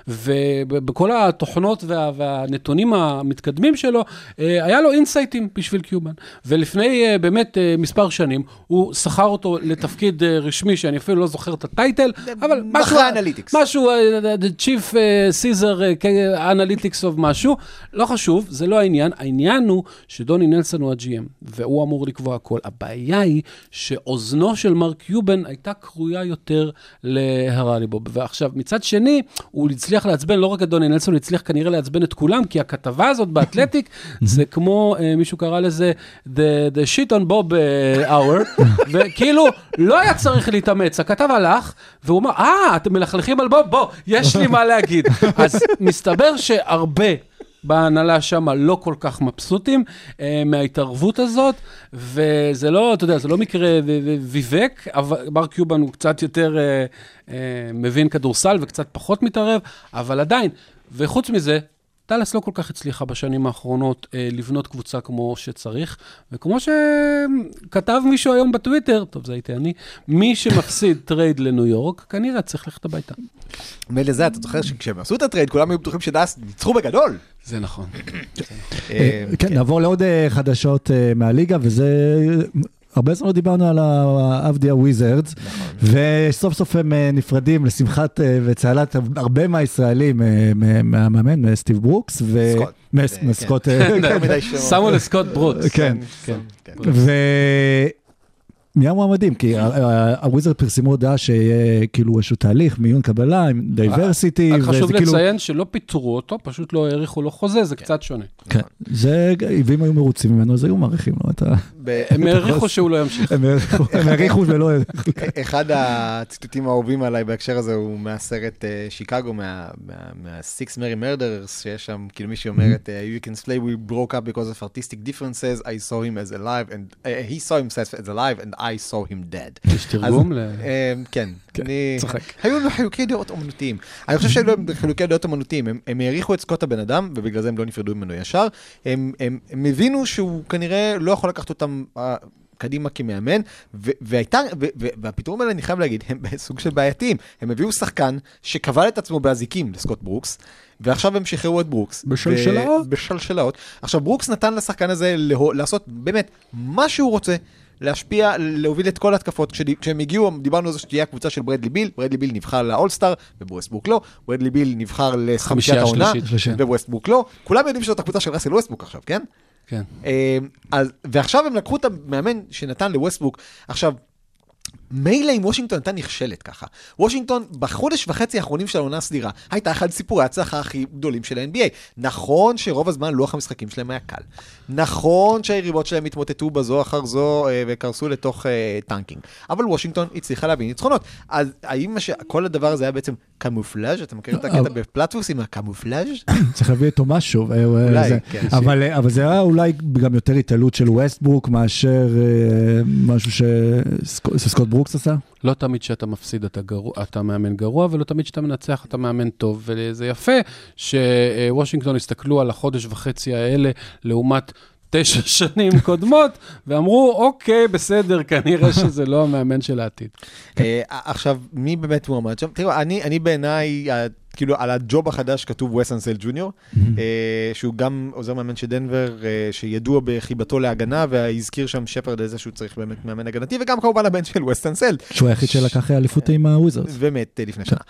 S5: ובכל התוכנות וה, והנתונים המתקדמים שלו, היה לו אינסייטים בשביל קיובן. ולפני באמת מספר שנים, הוא שכר אותו לתפקיד רשמי, שאני אפילו לא זוכר את הטייטל, אבל משהו, משהו, the chief Caesar analytics of משהו, לא חשוב, זה לא העניין. העניין הוא שדוני נלסון הוא ה-ג'י אם, והוא אמור לקבוע הכל. הבעיה היא שאוזנו של מר קיובן הייתה קרויה יותר להרליבוב. ועכשיו, מצד שני, הוא הצליח לעצבן, לא רק את דוני נלסון, הוא הצליח כנראה לעצבן את כולם, כי הכתבה הזאת באתלטיק, זה כמו, מישהו קרא לזה, the, the shit on Bob hour, וכאילו, לא היה צריך להתאמץ, הכתב הלך, והוא אומר, אה, אתם מלכלכים על בוב, בוא, יש לי מה להגיד. אז מסתבר שהרבה, בהנהלה שם לא כל כך מבסוטים אה, מההתערבות הזאת, וזה לא, אתה יודע, זה לא מקרה ויבק, אבל בר קיובן הוא קצת יותר אה, אה, מבין כדורסל וקצת פחות מתערב, אבל עדיין, וחוץ מזה, דאלאס לא כל כך הצליחה בשנים האחרונות אה, לבנות קבוצה כמו שצריך, וכמו שכתב מישהו היום בטוויטר, טוב, זה הייתי אני, מי שמפסיד טרייד לניו יורק, כנראה צריך ללכת הביתה.
S4: מילא זה, אתה זוכר שכשהם עשו את הטרייד, כולם היו בטוחים שדאלאס ניצחו בגדול.
S5: זה נכון.
S3: כן, נעבור לעוד חדשות מהליגה, וזה... הרבה זמן לא דיברנו על האבדיה וויזרדס, וסוף סוף הם נפרדים לשמחת וצהלת הרבה מהישראלים, מהמאמן, סטיב ברוקס, ומסקוט...
S5: שמו לסקוט ברוקס.
S3: כן, ו... מי המועמדים? כי הוויזרד פרסמו הודעה שיהיה כאילו איזשהו תהליך, מיון קבלה, עם דייברסיטי.
S5: חשוב לציין שלא פיתרו אותו, פשוט לא העריכו לו חוזה, זה קצת שונה.
S3: כן, זה, ואם היו מרוצים ממנו, אז היו מעריכים לו את ה...
S5: הם העריכו שהוא לא ימשיך.
S3: הם העריכו ולא העריכו.
S4: אחד הציטוטים האהובים עליי בהקשר הזה, הוא מהסרט שיקגו, מה-Six Merry Murderers, שיש שם, כאילו מישהי אומרת, you can say we broke up because of artistic differences, I saw him as alive, and he saw himself as alive, and I saw him dead.
S5: יש תרגום ל...
S4: כן. היו לנו חילוקי דעות אומנותיים. אני חושב שהיו להם חילוקי דעות אומנותיים. הם העריכו את סקוט הבן אדם, ובגלל זה הם לא נפרדו ממנו ישר. הם הבינו שהוא כנראה לא יכול לקחת אותם קדימה כמאמן, והפתרון האלה אני חייב להגיד, הם בסוג של בעייתיים. הם הביאו שחקן שקבל את עצמו באזיקים לסקוט ברוקס, ועכשיו הם שחררו את ברוקס.
S3: בשלשלאות.
S4: בשלשלאות. עכשיו, ברוקס נתן לשחקן הזה לעשות באמת מה שהוא רוצה, להשפיע, להוביל את כל התקפות. כשהם הגיעו, דיברנו על זה שתהיה הקבוצה של ברדלי ביל, ברדלי ביל נבחר לאולסטאר, ווסטברוק לא, ברדלי ביל נבחר לחמישיית העונה, וווסטברוק לא. כולם יודעים שזאת הקבוצה של ראסל ווסטברוק עכשיו, כן?
S5: כן.
S4: אז, ועכשיו הם לקחו את המאמן שנתן לווסטברוק. עכשיו, מילא עם וושינגטון הייתה נכשלת ככה. וושינגטון בחודש וחצי האחרונים של העונה הסדירה, הייתה אחד סיפורי ההצלחה הכי גדולים של ה-אן בי איי. נכון שרוב הזמן לוח המשחקים שלהם היה קל. נכון שהיריבות שלהם התמוטטו בזו אחר זו וקרסו לתוך טנקינג. אבל וושינגטון הצליחה להביא ניצחונות. אז האם כל הדבר הזה היה בעצם קמופלאז'? אתה מכיר את הקטע בפלטפוס עם הקמופלאז'?
S3: צריך להביא איתו משהו.
S4: אולי, כן.
S3: אבל זה היה אולי גם יותר התעלות של ווסטברוק מאשר משהו שסקוט ברוקס עשה?
S5: לא תמיד שאתה מפסיד אתה, גרוע, אתה מאמן גרוע, ולא תמיד שאתה מנצח אתה מאמן טוב, וזה יפה שוושינגטון הסתכלו על החודש וחצי האלה לעומת תשע שנים קודמות, ואמרו, אוקיי, בסדר, כנראה שזה לא המאמן של העתיד.
S4: עכשיו, מי באמת הוא עמד שם? תראו, אני בעיניי, כאילו, על הג'וב החדש כתוב וס אנסל ג'וניור, שהוא גם עוזר מאמן של דנבר, שידוע בחיבתו להגנה, והזכיר שם שפרד איזה שהוא צריך באמת מאמן הגנתי, וגם כמובן הבן של וס אנסל.
S3: שהוא היחיד שלקח אליפות עם הוויזרדס.
S4: באמת, לפני שנה.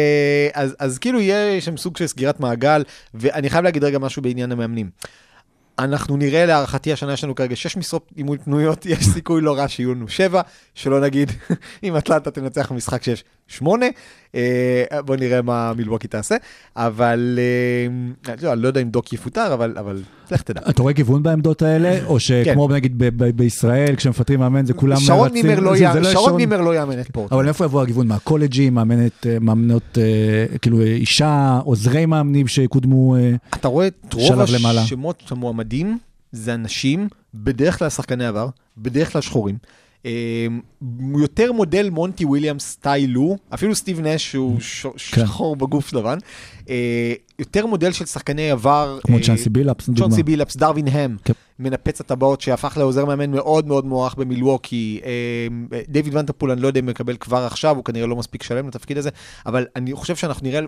S4: אז כאילו, יהיה שם סוג של סגירת מעגל, ואני חייב להגיד רגע משהו בעניין המאמנים. אנחנו נראה להערכתי, השנה יש לנו כרגע שש משרות אימון פנויות, יש סיכוי לא רע שיהיו לנו שבע, שלא נגיד, אם אטלנטה תנצח במשחק שיש שמונה, בוא נראה מה מילווקי תעשה, אבל אני לא יודע אם דוק יפוטר, אבל לך תדע.
S3: אתה רואה גיוון בעמדות האלה, או שכמו נגיד בישראל, כשמפטרים מאמן, זה כולם
S4: שרון מימר לא יאמן את פורטלנד.
S3: אבל איפה יבוא הגיוון? מהקולג'ים, מאמנות, כאילו אישה, עוזרי מאמנים שיקודמו שלב למעלה?
S4: אתה רואה את רוב השמות המועמדים, זה אנשים, בדרך כלל שחקני עבר, בדרך כלל שחורים, יותר מודל מונטי וויליאמס סטיילו, אפילו סטיב נש שהוא שחור בגוף לבן, יותר מודל של שחקני עבר,
S3: כמו צ'אנסי בילאפס,
S4: צ'אנסי בילאפס, דרווין הם, מנפץ הטבעות שהפך לעוזר מאמן מאוד מאוד מוערך במילווקי, דיוויד ונטרפול, אני לא יודע אם מקבל כבר עכשיו, הוא כנראה לא מספיק שלם לתפקיד הזה, אבל אני חושב שאנחנו נראה,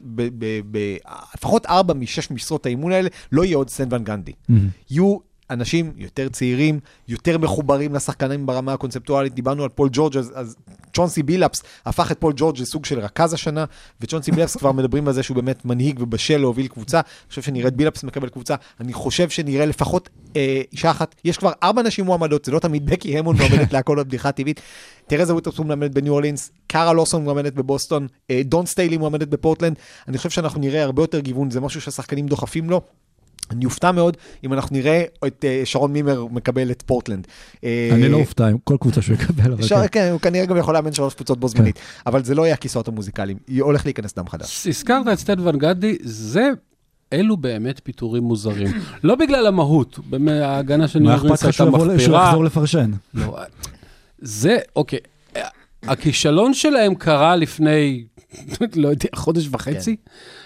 S4: לפחות ארבע משש משרות האימון האלה, לא יהיה עוד סטן ון גנדי. יהיו אנשים יותר צעירים, יותר מחוברים לשחקנים ברמה הקונספטואלית, דיברנו על פול ג'ורג', אז, אז צ'ונסי בילאפס הפך את פול ג'ורג' לסוג של רכז השנה, וצ'ונסי בילאפס כבר מדברים על זה שהוא באמת מנהיג ובשל להוביל קבוצה, אני חושב שנראה את בילאפס מקבל קבוצה, אני חושב שנראה לפחות אה, אישה אחת, יש כבר ארבע נשים מועמדות, זה לא תמיד בקי המון מועמדת להכל עוד בדיחה טבעית, תרזה וויטרסון מועמדת בניו אורלינס, קארה לוסון מועמדת בבוסטון, אה, דון סטיילי מועמדת בפורטלנד, אני חושב שאנחנו נראה הרבה יותר גיוון, זה משהו שהשחקנים דוחפים לו, אני אופתע מאוד אם אנחנו נראה את שרון מימר מקבל את פורטלנד.
S3: אני לא אופתע עם כל קבוצה שהוא יקבל.
S4: כן, הוא כנראה גם יכול לאמן שלוש קבוצות בו זמנית, אבל זה לא יהיה הכיסאות המוזיקליים, הולך להיכנס דם חדש.
S5: הזכרת את סטן ון גנדי, זה, אלו באמת פיתורים מוזרים. לא בגלל המהות, ההגנה של ניו אורלינס הייתה מחפירה.
S3: שהוא יחזור לפרשן.
S5: לא, זה, אוקיי, הכישלון שלהם קרה לפני, לא יודע, חודש וחצי,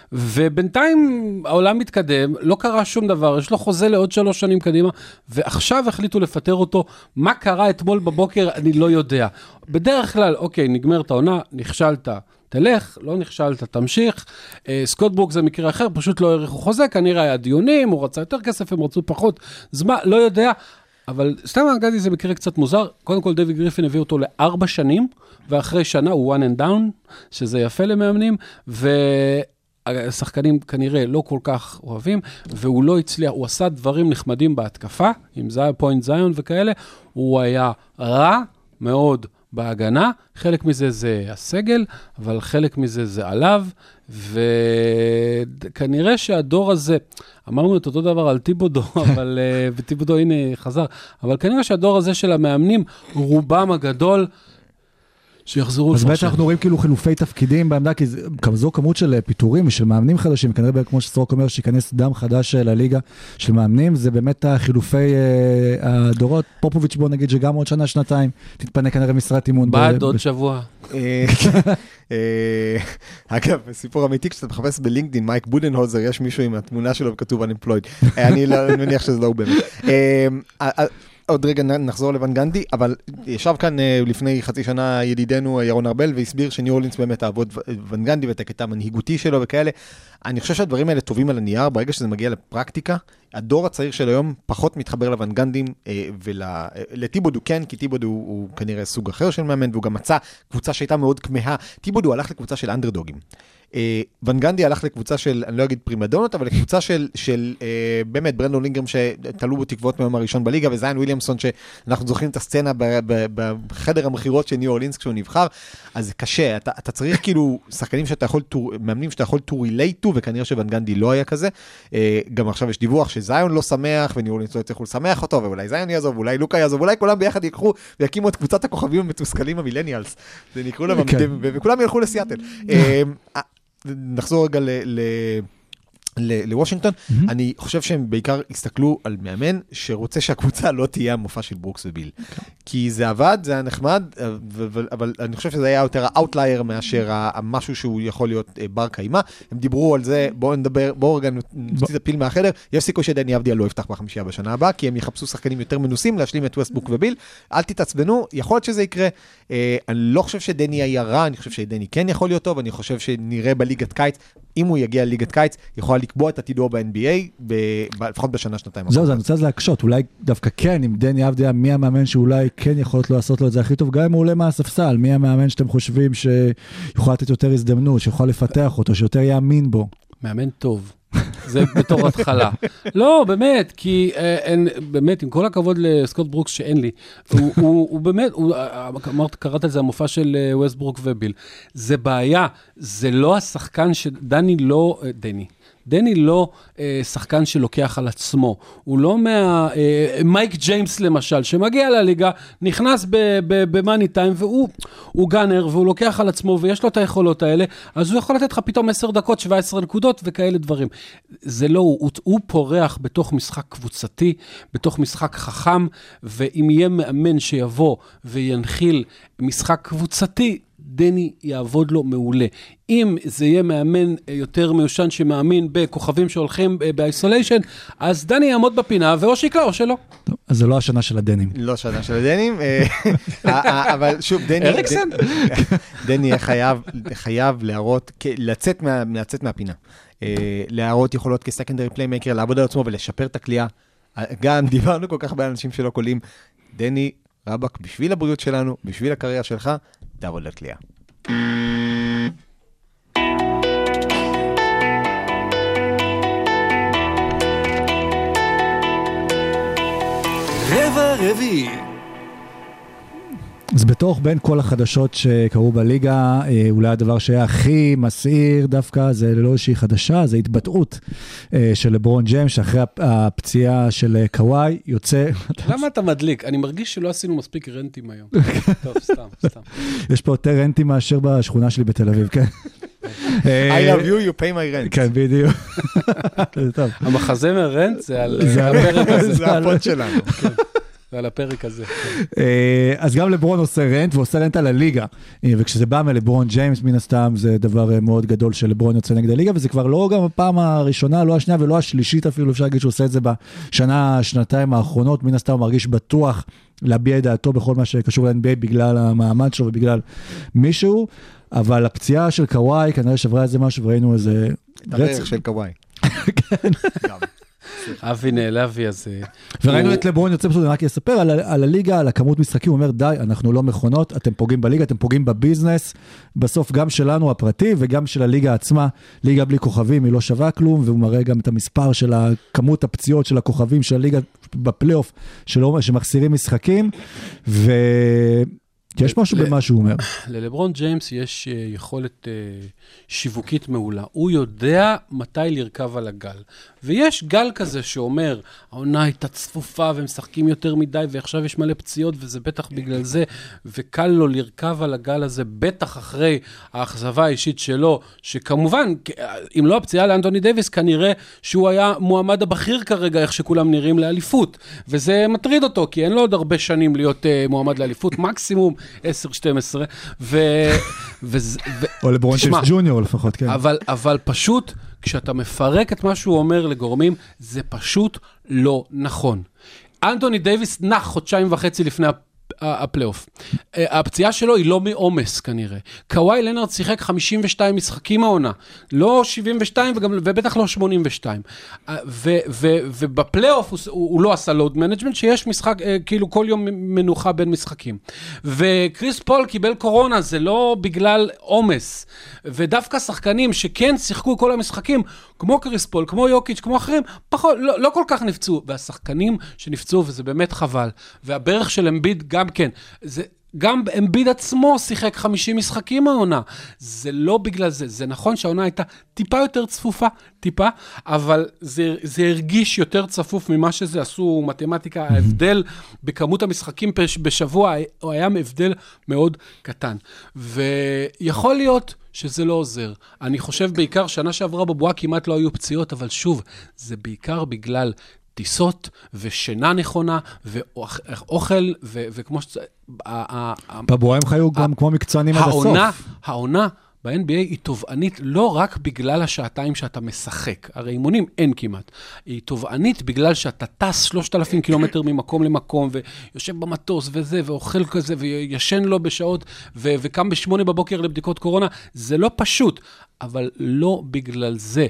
S5: ובינתיים העולם מתקדם, לא קרה שום דבר, יש לו חוזה לעוד שלוש שנים קדימה, ועכשיו החליטו לפטר אותו, מה קרה אתמול בבוקר, אני לא יודע. בדרך כלל, אוקיי, נגמרת העונה, נכשלת, תלך, לא נכשלת, תמשיך. סקוט ברוק זה מקרה אחר, פשוט לא העריכו חוזה, כנראה היה דיונים, הוא רצה יותר כסף, הם רצו פחות, זמן, לא יודע, אבל סתם גדי זה מקרה קצת מוזר, קודם כל דיוויד גריפין הביא אותו לארבע שנים, ואחרי שנה הוא one and down, שזה יפה למאמנים, ו... השחקנים כנראה לא כל כך אוהבים, והוא לא הצליח, הוא עשה דברים נחמדים בהתקפה, עם זיון, פוינט זיון וכאלה, הוא היה רע מאוד בהגנה, חלק מזה זה הסגל, אבל חלק מזה זה עליו, וכנראה שהדור הזה, אמרנו את אותו דבר על טיבודו, אבל, וטיבודו הנה חזר, אבל כנראה שהדור הזה של המאמנים, רובם הגדול, שיחזרו
S3: אז בעצם אנחנו רואים כאילו חילופי תפקידים בעמדה, כי זו כמות של פיתורים ושל מאמנים חדשים, כנראה כמו שסרוק אומר, שיכנס דם חדש לליגה של מאמנים, זה באמת החילופי הדורות, פופוביץ' בוא נגיד שגם עוד שנה, שנתיים, תתפנה כנראה משרת אימון.
S5: בעד עוד שבוע.
S4: אגב, סיפור אמיתי, כשאתה מחפש בלינקדין, מייק בודנהולזר, יש מישהו עם התמונה שלו בכתוב unemployed. אני מניח שזה לא הוא באמת. עוד רגע נחזור לבן גנדי, אבל ישב כאן לפני חצי שנה ידידנו ירון ארבל, והסביר שניו אורלינס באמת תעבוד ון גנדי ואת הקטע המנהיגותי שלו וכאלה. אני חושב שהדברים האלה טובים על הנייר, ברגע שזה מגיע לפרקטיקה, הדור הצעיר של היום פחות מתחבר לבן גנדים, ולטיבודו כן, כי טיבודו הוא כנראה סוג אחר של מאמן, והוא גם מצא קבוצה שהייתה מאוד כמהה. טיבודו הלך לקבוצה של אנדרדוגים. ון גנדי הלך לקבוצה של, אני לא אגיד פרימדונות, אבל לקבוצה של, של באמת ברנדון לינגרם שתלו בו תקוות מהיום הראשון בליגה, וזיין וויליאמסון שאנחנו זוכרים את הסצנה בחדר המחירות של ניו אורלינס כשהוא נבחר, אז זה קשה, אתה, אתה צריך כאילו שחקנים שאתה יכול, מאמנים שאתה יכול to relate to, וכנראה שוון גנדי לא היה כזה, גם עכשיו יש דיווח שזיון לא שמח, וניו אורלינס לא יצטרכו לשמח אותו, ואולי זיון יעזוב, אולי לוקה יעזוב, אולי כולם ביחד יקחו ויקימו את קבוצת הכוכבים המתוסכלים המילניאלס, זה נקראו להם, וכולם ילכו לסיאטל. נחזור רגע לוושינגטון, אני חושב שהם בעיקר הסתכלו על מאמן שרוצה שהקבוצה לא תהיה המופע של ברוקס וביל. כי זה עבד, זה היה נחמד, אבל אני חושב שזה היה יותר האוטלייר מאשר המשהו שהוא יכול להיות בר קיימה. הם דיברו על זה, בואו נדבר, בואו רגע נוציא את הפיל מהחדר, יש סיכוי שדני אבדיה לא יפתח בחמישייה בשנה הבאה, כי הם יחפשו שחקנים יותר מנוסים להשלים את ווסטברוק וביל. אל תתעצבנו, יכול להיות שזה יקרה. אני לא חושב שדני היה רע, אני חושב שדני כן יכול להיות טוב, אני חושב שנראה בליגת קיץ, אם הוא יגיע לליגת קיץ, יכול לקבוע את עתידו ב-אן בי איי, לפחות בשנה, שנתיים.
S3: זהו, זה הנושא הזה להקשות, אולי דווקא כן, אם דני אבדיה, מי המאמן שאולי כן יכול לו לעשות לו את זה הכי טוב, גם אם הוא עולה מהספסל, מי המאמן שאתם חושבים שיכול לתת יותר הזדמנות, שיכול לפתח אותו, שיותר יאמין בו.
S5: מאמן טוב. זה בתור התחלה. לא, באמת, כי אין, באמת, עם כל הכבוד לסקוט ברוקס שאין לי, הוא, הוא, הוא באמת, הוא, אמרת, קראת על זה המופע של ווסטברוק וביל, זה בעיה, זה לא השחקן שדני לא, דני. דני לא אה, שחקן שלוקח על עצמו, הוא לא מה... אה, מייק ג'יימס למשל, שמגיע לליגה, נכנס במאני טיים, והוא הוא גאנר, והוא לוקח על עצמו, ויש לו את היכולות האלה, אז הוא יכול לתת לך פתאום עשר דקות, שבע עשרה נקודות, וכאלה דברים. זה לא, הוא, הוא פורח בתוך משחק קבוצתי, בתוך משחק חכם, ואם יהיה מאמן שיבוא וינחיל משחק קבוצתי, דני יעבוד לו מעולה. אם זה יהיה מאמן יותר מיושן שמאמין בכוכבים שהולכים באיסוליישן, אז דני יעמוד בפינה, ואו שיקלה או שלא.
S3: טוב, אז זה לא השנה של הדנים.
S4: לא השנה של הדנים, אבל שוב, דני...
S5: אריקסן?
S4: דני יהיה חייב להראות, לצאת מהפינה. להראות יכולות כסקנדרי פליימקר, לעבוד על עצמו ולשפר את הכלייה. גם דיברנו כל כך באנשים שלא קולים. דני, רבק, בשביל הבריאות שלנו, בשביל הקריירה שלך, תעבוד לקליעה.
S1: רבע רביעי.
S3: אז בתוך בין כל החדשות שקרו בליגה, אולי הדבר שהיה הכי מסעיר דווקא, זה ללא איזושהי חדשה, זה התבטאות של לברון ג'יימס, שאחרי הפציעה של קוואי, יוצא...
S5: למה אתה מדליק? אני מרגיש שלא עשינו מספיק רנטים היום. טוב, סתם, סתם.
S3: יש פה יותר רנטים מאשר בשכונה שלי בתל אביב, כן.
S4: I love you, you pay my rent.
S3: כן, בדיוק.
S5: המחזמר רנט זה על הפרק הזה.
S4: זה הפוד שלנו.
S5: ועל הפרק הזה.
S3: אז גם לברון עושה רנט, ועושה רנט על הליגה. וכשזה בא מלברון ג'יימס, מן הסתם, זה דבר מאוד גדול שלברון יוצא נגד הליגה, וזה כבר לא גם הפעם הראשונה, לא השנייה ולא השלישית אפילו, אפשר להגיד שהוא עושה את זה בשנה, שנתיים האחרונות, מן הסתם הוא מרגיש בטוח להביע את דעתו בכל מה שקשור ל-אן בי איי, בגלל המעמד שלו ובגלל מישהו, אבל הפציעה של קוואי, כנראה שברה איזה משהו, וראינו איזה
S4: רצח של קוואי.
S3: כן.
S5: אבי נעלבי, אז...
S3: וראינו את לברון יוצא פשוט, אני רק אספר על, על הליגה, על הכמות משחקים, הוא אומר, די, אנחנו לא מכונות, אתם פוגעים בליגה, אתם פוגעים בביזנס, בסוף גם שלנו הפרטי, וגם של הליגה עצמה, ליגה בלי כוכבים, היא לא שווה כלום, והוא מראה גם את המספר של כמות הפציעות של הכוכבים של הליגה בפלייאוף, שלא, שמחסירים משחקים, ו... יש משהו במה שהוא אומר.
S5: ללברון ג'יימס יש יכולת שיווקית מעולה. הוא יודע מתי לרכב על הגל. ויש גל כזה שאומר, העונה הייתה צפופה והם משחקים יותר מדי, ועכשיו יש מלא פציעות, וזה בטח בגלל זה, וקל לו לרכב על הגל הזה, בטח אחרי האכזבה האישית שלו, שכמובן, אם לא הפציעה לאנטוני דייביס, כנראה שהוא היה מועמד הבכיר כרגע, איך שכולם נראים לאליפות. וזה מטריד אותו, כי אין לו עוד הרבה שנים להיות מועמד לאליפות, מקסימום עשר שתים עשרה, ו...
S3: או לברון ג'יימס ג'וניור לפחות, כן.
S5: אבל, אבל פשוט, כשאתה מפרק את מה שהוא אומר לגורמים, זה פשוט לא נכון. אנטוני דייביס נח חודשיים וחצי לפני הפלייאוף. הפציעה שלו היא לא מעומס כנראה. קוואי לנארד שיחק חמישים ושתיים משחקים העונה, לא שבעים ושתיים וגם, ובטח לא שמונים ושתיים. ו, ו, ובפלייאוף הוא, הוא לא עשה לואוד מנג'מנט, שיש משחק, כאילו כל יום מנוחה בין משחקים. וקריס פול קיבל קורונה, זה לא בגלל עומס. ודווקא שחקנים שכן שיחקו כל המשחקים, כמו קריס פול, כמו יוקיץ', כמו אחרים, פחות, לא, לא כל כך נפצעו. והשחקנים שנפצעו, וזה באמת חבל. והברך של אמביד גם כן, זה, גם אמביד עצמו שיחק חמישים משחקים העונה. זה לא בגלל זה. זה נכון שהעונה הייתה טיפה יותר צפופה, טיפה, אבל זה, זה הרגיש יותר צפוף ממה שזה עשו מתמטיקה. ההבדל בכמות המשחקים בשבוע, הוא היה הבדל מאוד קטן. ויכול להיות שזה לא עוזר. אני חושב בעיקר שנה שעברה בבועה כמעט לא היו פציעות, אבל שוב, זה בעיקר בגלל טיסות ושינה נכונה ואוכל וכמו ש...
S3: בבועה הם חיו גם כמו מקצוענים עד הסוף.
S5: העונה ב-אן בי איי היא תובענית לא רק בגלל השעתיים שאתה משחק, הרי אימונים אין כמעט, היא תובענית בגלל שאתה טס שלושת אלפים קילומטר ממקום למקום, ויושב במטוס וזה, ואוכל כזה, וישן לו בשעות, ו- וקם בשמונה בבוקר לבדיקות קורונה, זה לא פשוט, אבל לא בגלל זה.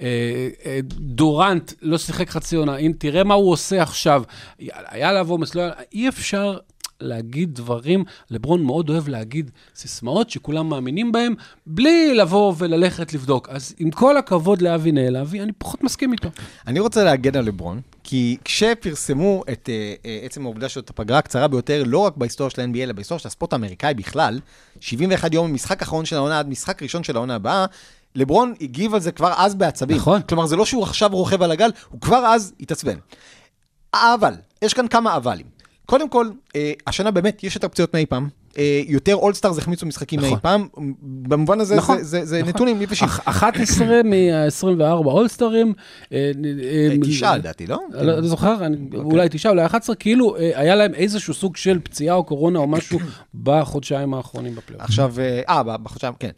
S5: דורנט לא שיחק חצי עונה, אם תראה מה הוא עושה עכשיו, היה עליו עומס, לא, אי אפשר... להגיד דברים, לברון מאוד אוהב להגיד סיסמאות שכולם מאמינים בהם, בלי לבוא וללכת לבדוק. אז עם כל הכבוד לאבי נעלבי, אני פחות מסכים איתו.
S4: אני רוצה להגן על לברון, כי כשפרסמו את uh, uh, עצם העובדה שאת הפגרה הקצרה ביותר, לא רק בהיסטוריה של ה-אן בי איי, אלא בהיסטוריה של הספורט האמריקאי בכלל, שבעים ואחד יום ממשחק האחרון של העונה עד משחק ראשון של העונה הבאה, לברון הגיב על זה כבר אז בעצבים.
S5: נכון.
S4: כלומר, זה לא שהוא עכשיו רוכב על הגל, הוא כבר אז התעצבן. אבל, יש כאן כמה אבלים. קודם כל, אה, השנה באמת יש יותר פציעות מאי פעם. אה, יותר אולסטארס החמיצו משחקים מאי פעם. במובן הזה,
S5: נכון.
S4: זה, זה, זה נתונים יבשים.
S5: אחת עשרה מה-עשרים וארבע אולסטרים.
S4: תשעה, לדעתי, לא?
S5: אני זוכר, אולי תשעה, אולי אחת עשרה, כאילו היה להם איזשהו סוג של פציעה או קורונה או משהו בחודשיים האחרונים בפלייאוף.
S4: עכשיו, אה, בחודשיים, כן.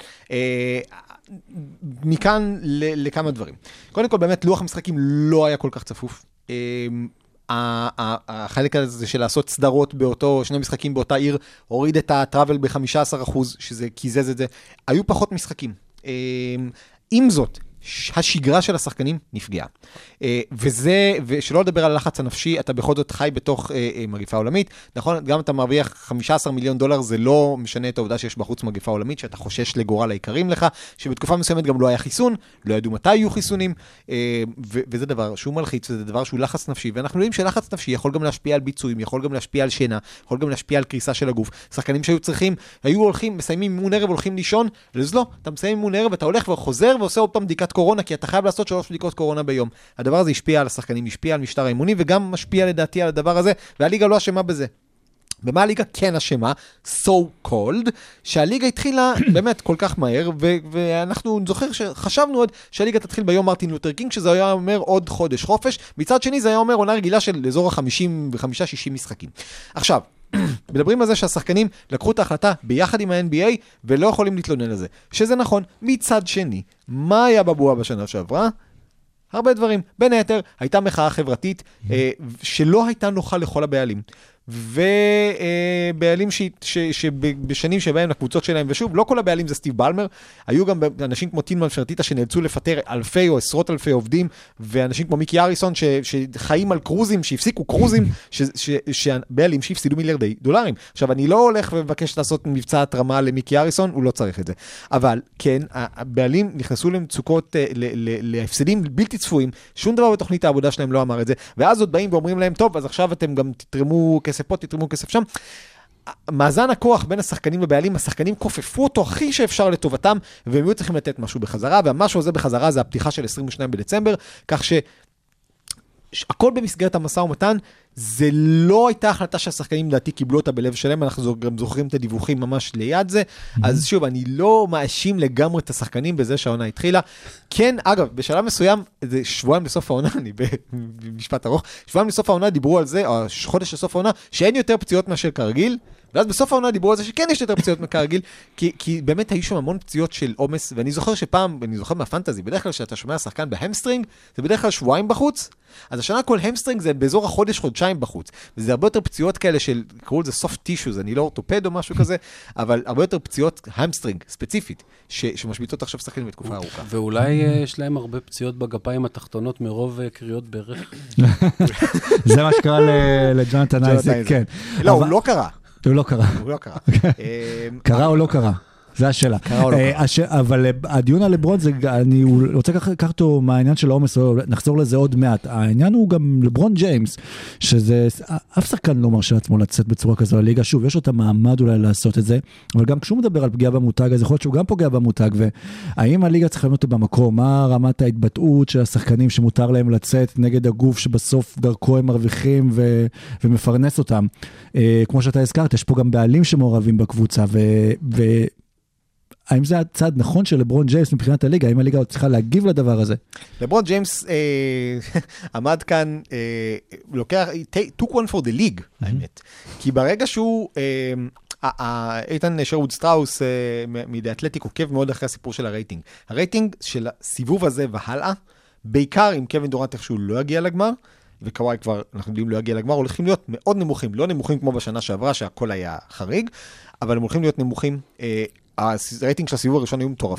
S4: מכאן לכמה דברים. קודם כל, באמת, לוח המשחקים לא היה כל כך צפוף. החלק הזה של לעשות סדרות באותו, שני משחקים באותה עיר, הוריד את הטראבל ב-חמישה עשר אחוז, שזה קיזז את זה. היו פחות משחקים. עם זאת, השגרה של השחקנים נפגעה. וזה, ושלא לדבר על הלחץ הנפשי, אתה בכל זאת חי בתוך מגיפה עולמית. נכון, גם אתה מרוויח חמישה עשר מיליון דולר, זה לא משנה את העובדה שיש בחוץ מגיפה עולמית, שאתה חושש לגורל העיקרים לך, שבתקופה מסוימת גם לא היה חיסון, לא ידעו מתי יהיו חיסונים, וזה דבר שהוא מלחיץ, וזה דבר שהוא לחץ נפשי, ואנחנו יודעים שלחץ נפשי יכול גם להשפיע על ביצועים, יכול גם להשפיע על שינה, יכול גם להשפיע על קריסה של הגוף. שחקנים שהיו צריכים, היו הולכים, מסיימים אימון ערב, הולכים לישון, אז לא, אתה מסיים אימון ערב, אתה הולך וחוזר ועושה עוד פעם בדיקת קורונה, כי אתה חייב לעשות שלוש בדיקות קורונה ביום. הדבר הזה השפיע על השחקנים, השפיע על משטר האימונים, וגם משפיע לדעתי על הדבר הזה, והליגה לא אשמה בזה. במה הליגה כן אשמה? So called, שהליגה התחילה באמת כל כך מהר, ו- ואנחנו זוכר שחשבנו עוד שהליגה תתחיל ביום מרטין לותר קינג, שזה היה אומר עוד חודש חופש, מצד שני זה היה אומר עונה רגילה של אזור ה-חמישים וחמישה שישים משחקים. עכשיו, מדברים על זה שהשחקנים לקחו את ההחלטה ביחד עם ה-אן בי איי, ולא יכולים להתלונן על זה. שזה נכון. מצד שני, מה היה בבועה בשנה שעברה? הרבה דברים. בין היתר, הייתה מחאה חברתית אה, שלא הייתה נוחה לכל הבעלים. ובעלים שבשנים שבהם הקבוצות שלהם, ושוב, לא כל הבעלים זה סטיב בלמר, היו גם אנשים כמו טינמן פרטיטה שנאלצו לפטר אלפי או עשרות אלפי עובדים, ואנשים כמו מיקי אריסון שחיים על קרוזים, שהפסיקו קרוזים, שבעלים שהפסידו מיליארדי דולרים. עכשיו, אני לא הולך ומבקש לעשות מבצע התרמה למיקי אריסון, הוא לא צריך את זה. אבל כן, הבעלים נכנסו למצוקות, להפסדים בלתי צפויים, שום דבר בתוכנית העבודה שלהם לא אמר את זה, ואז עוד באים ואומרים להם, טוב, אז עכשיו אתם גם תתרמו כסף פה, תתרמו כסף שם. מאזן הכוח בין השחקנים לבעלים, השחקנים כופפו אותו הכי שאפשר לטובתם, והם היו צריכים לתת משהו בחזרה, והמשהו הזה בחזרה זה הפתיחה של עשרים ושניים בדצמבר, כך ש... הכל במסגרת המשא ומתן, זה לא הייתה החלטה שהשחקנים לדעתי קיבלו אותה בלב שלם, אנחנו גם זוכרים את הדיווחים ממש ליד זה, אז שוב, אני לא מאשים לגמרי את השחקנים בזה שהעונה התחילה. כן, אגב, בשלב מסוים, זה שבועיים לסוף העונה, אני במשפט ארוך, שבועיים לסוף העונה דיברו על זה, או חודש לסוף העונה, שאין יותר פציעות מאשר כרגיל, ואז בסוף העונה דיברו על זה שכן יש יותר פציעות מכרגיל, כי, כי באמת היו שם המון פציעות של עומס, ואני זוכר שפעם, אני זוכר מהפנטזי, בדרך כלל שאתה שומע שחקן בהמסטרינג, זה בדרך כלל שבועיים בחוץ, אז השנה כל המסטרינג זה באזור החודש, חודשיים בחוץ, וזה הרבה יותר פציעות כאלה של, קראו לזה soft tissues, אני לא אורתופד או משהו כזה, אבל הרבה יותר פציעות המסטרינג, ספציפית, ש, שמשביתות עכשיו שחקנים בתקופה ארוכה.
S5: ואולי יש להם הרבה פציעות בגפיים התחתונות מרוב קריאות ברך.
S3: זה מה שקרה לג'ונתן אייזק, כן.
S4: לא, הוא לא קרה.
S3: הוא לא קרה.
S4: הוא לא קרה.
S3: קרה או לא קרה? זה השאלה.
S4: קרה או לא קרה.
S3: אבל הדיון על לברון, אני רוצה לקחת אותו מהעניין של העומס, נחזור לזה עוד מעט. העניין הוא גם לברון ג'יימס, שזה, אף שחקן לא מרשה לעצמו לצאת בצורה כזו לליגה. שוב, יש לו את המעמד אולי לעשות את זה, אבל גם כשהוא מדבר על פגיעה במותג, אז יכול להיות שהוא גם פוגע במותג, והאם הליגה צריכה להיות במקום? מה רמת ההתבטאות של השחקנים שמותר להם לצאת נגד הגוף שבסוף דרכו הם מרוויחים ו- ומפרנס אותם? כמו שאתה הזכרת, יש פה גם בעלים שמעורבים בקבוצה, ו... ו- האם זה הצעד נכון של לברון ג'יימס מבחינת הליגה? האם הליגה צריכה להגיב לדבר הזה?
S4: לברון ג'יימס אה, עמד כאן, אה, לוקח, took one for the league, האמת. כי ברגע שהוא, אה, איתן שרוד סטראוס אה, מדי אתלטיק עוקב מאוד אחרי הסיפור של הרייטינג. הרייטינג של הסיבוב הזה והלאה, בעיקר עם קווין דורנט איכשהו לא יגיע לגמר, וקוואי כבר, אנחנו יודעים, לא יגיע לגמר, הולכים להיות מאוד נמוכים, לא נמוכים כמו בשנה שעברה, שהכל היה חריג, אבל הם הולכים להיות נמוכים, אה, הרייטינג של הסיבוב הראשון היו מטורפים,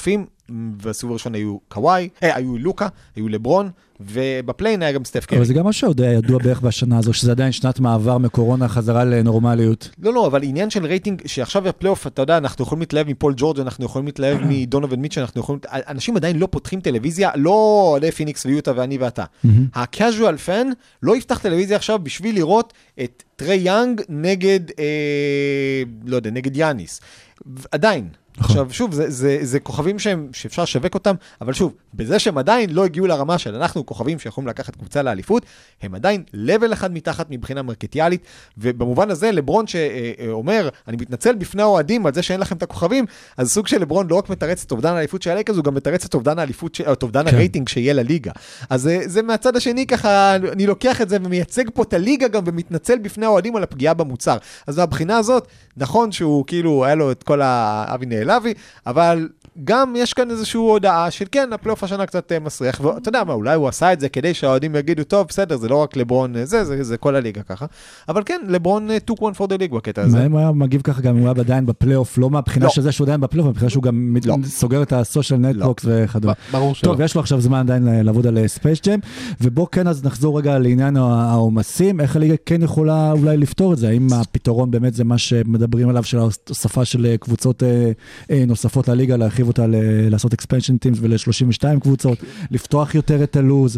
S4: בסיבוב הראשון היו קוואי, אה, היו לוקה, היו לברון, ובפליין היה גם סטף קרי.
S3: אבל זה גם משהו עוד ידוע בערך בשנה הזו, שזה עדיין שנת מעבר מקורונה חזרה לנורמליות.
S4: לא, לא, אבל עניין של רייטינג, שעכשיו הפלייאוף, אתה יודע, אנחנו יכולים להתלהב מפול ג'ורג', אנחנו יכולים להתלהב מדונובין מיטשל, אנחנו יכולים, אנשים עדיין לא פותחים טלוויזיה, לא עלי פיניקס ויוטה ואני ואתה. הקאז'ואל פן לא יפתח טלוויזיה עכשיו בשביל לראות את טרי יאנג נגד, אה, לא יודע, נגד יאניס. עדיין. עכשיו, שוב, זה, זה, זה כוכבים שהם, שאפשר לשווק אותם, אבל שוב, בזה שהם עדיין לא הגיעו לרמה של אנחנו כוכבים שיכולים לקחת קבוצה לאליפות, הם עדיין לבל אחד מתחת מבחינה מרקטיאלית, ובמובן הזה לברון שאומר, אני מתנצל בפני האוהדים על זה שאין לכם את הכוכבים, אז סוג של לברון לא רק מתרץ את אובדן האליפות של הלייקרס, הוא גם מתרץ את אובדן האליפות, את אובדן כן. הרייטינג שיהיה לליגה. אז זה, זה מהצד השני ככה, אני לוקח את זה ומייצג פה את הליגה גם, ומתנצל בפני האוהדים על הפגיעה במוצר. אז מהבחינה הזאת, נכון שהוא כאילו, היה לו את כל האבי נעלבי, אבל גם יש כאן איזושהי הודעה של כן, הפלייאוף השנה קצת מסריח, ואתה יודע מה, אולי הוא עשה את זה כדי שהאוהדים יגידו, טוב, בסדר, זה לא רק לברון, זה, זה, זה כל הליגה ככה, אבל כן, לברון took one for the league בקטע הזה.
S3: מה אם הוא היה מגיב ככה גם אם הוא היה עדיין בפלייאוף, לא מהבחינה שזה שהוא עדיין בפלייאוף, מהבחינה שהוא גם סוגר את הסושיאל נטוורקס וכדומה.
S5: ברור שלא.
S3: טוב, יש לו עכשיו זמן עדיין לעבוד על ספייס ג'ם, ובוא כן אז נחזור רגע לעניין העומסים, איך הליגה כן יכולה אולי לפתור את זה, האם הפתרון באמת זה מה שמדברים עליו של ההוספה של קבוצות נוספות לליגה, להרחיב אותה לעשות expansion teams ול-שלושים ושתיים קבוצות, לפתוח יותר את הלוז,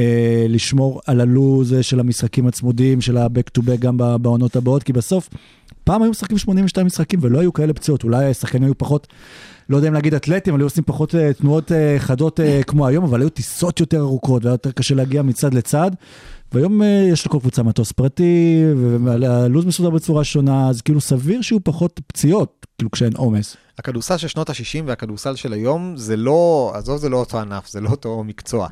S3: לשמור על הלוז של המשחקים הצמודים, של ה-back to back גם בעונות הבאות, כי בסוף פעם היו משחקים שמונים ושתיים משחקים ולא היו כאלה פציעות, אולי השחקנים היו פחות, לא יודע אם להגיד אתלטים, אבל היו עושים פחות תנועות חדות כמו היום, אבל היו טיסות יותר ארוכות, והיה יותר קשה להגיע מצד לצד, והיום יש לכל קבוצה מטוס פרטי, והלוז מסודר בצורה שונה, אז כאילו סביר שיהיו פחות פציעות, כאילו כשאין עומס.
S4: הכדורסל של שנות ה-שישים והכדורסל של היום, זה לא, עזוב, זה לא אותו ענף, זה לא אותו מקצוע.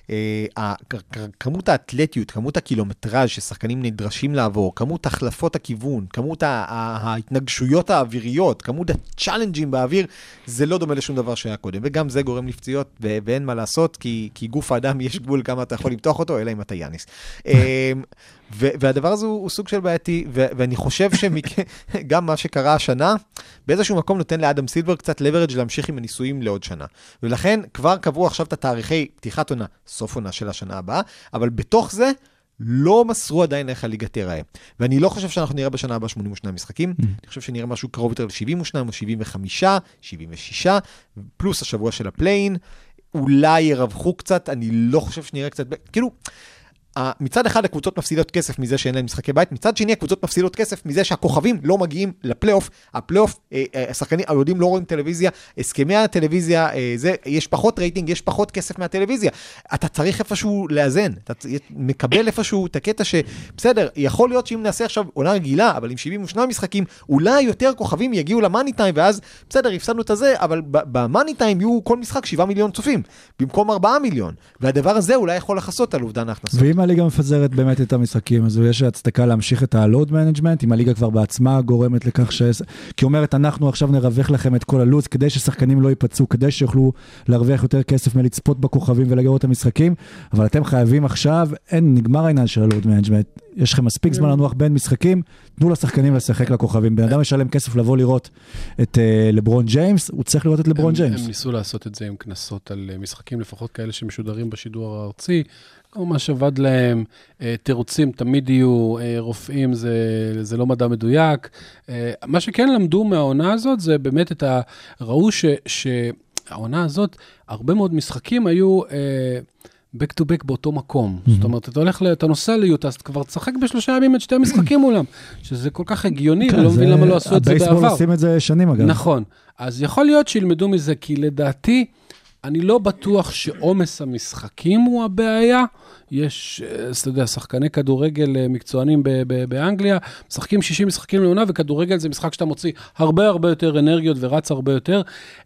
S4: כמות האתלטיות, כמות הקילומטראז' ששחקנים נדרשים לעבור, כמות החלפות הכיוון, כמות ההתנגשויות האוויריות, כמות הצ'אלנג'ים באוויר, זה לא דומה לשום דבר שהיה קודם. וגם זה גורם לפציעות, ואין מה לעשות, כי, כי גוף האדם יש גבול כמה אתה יכול למתוח אותו, אלא אם אתה יאניס. והדבר הזה הוא סוג של בעייתי, ואני חושב שגם מה שקרה השנה, באיזשהו מקום נותן לאדם סילבר קצת לברג' להמשיך עם הניסויים לעוד שנה. ולכן כבר קבעו עכשיו את התאריכי פתיחת עונה, סוף עונה של השנה הבאה, אבל בתוך זה לא מסרו עדיין איך הליגה תיראה. ואני לא חושב שאנחנו נראה בשנה הבאה שמונים ושניים משחקים, אני חושב שנראה משהו קרוב יותר ל-שבעים ושניים או שבעים וחמישה, שבעים ושש, פלוס השבוע של הפליין, אולי ירווחו קצת, אני לא חושב שנראה קצת, כאילו, מצד אחד הקבוצות מפסידות כסף מזה שאין להם משחקי בית, מצד שני הקבוצות מפסידות כסף מזה שהכוכבים לא מגיעים לפלייאוף, הפלייאוף, השחקנים, היהודים לא רואים טלוויזיה, הסכמי הטלוויזיה, זה, יש פחות רייטינג, יש פחות כסף מהטלוויזיה, אתה צריך איפשהו לאזן, אתה מקבל איפשהו את הקטע שבסדר, יכול להיות שאם נעשה עכשיו עונה רגילה, אבל עם שבעים ושניים משחקים, אולי יותר כוכבים יגיעו למאני טיים, ואז בסדר, הפסדנו את זה, אבל במאני טיים יהיו כל משחק שבעה מיליון צופים, במקום ארבעה מיליון, והדבר הזה אולי יכול לחסות על אובדן ההכנסות.
S3: ואם הליגה מפזרת באמת את המשחקים, אז יש הצדקה להמשיך את הלוד מנג'מנט, אם הליגה כבר בעצמה גורמת לכך ש... כי אומרת, אנחנו עכשיו נרווח לכם את כל הלוז, כדי ששחקנים לא ייפצעו, כדי שיוכלו להרוויח יותר כסף מלצפות בכוכבים ולגרות את המשחקים, אבל אתם חייבים עכשיו, אין, נגמר העניין של הלוד מנג'מנט, יש לכם מספיק זמן לנוח בין משחקים, תנו לשחקנים לשחק לכוכבים, בן אדם משלם כסף לבוא לראות את uh, לברון ג'יימס, הוא צריך לראות את לברון ג'יימס.
S5: הם ניסו לעשות את זה עם כנסות על משחקים, לפחות כאלה שמשודרים בשידור הארצי, או מה שעבד להם, תירוצים תמיד יהיו, רופאים זה, זה לא מדע מדויק. מה שכן למדו מהעונה הזאת, זה באמת את ה... ראו ש, שהעונה הזאת, הרבה מאוד משחקים היו back to back באותו מקום. Mm-hmm. זאת אומרת, אתה הולך, אתה נוסע ליוטה, אז כבר תשחק בשלושה ימים את שתי המשחקים מולם, שזה כל כך הגיוני, ולא מבין למה לא עשו את זה בעבר.
S3: הבייסבול עושים את זה שנים אגב.
S5: נכון. אז יכול להיות שילמדו מזה, כי לדעתי, אני לא בטוח שעומס המשחקים הוא הבעיה. יש, אתה יודע, שחקני כדורגל מקצוענים באנגליה, משחקים שישים משחקים לעונה, וכדורגל זה משחק שאתה מוציא הרבה הרבה יותר אנרגיות ורץ הרבה יותר.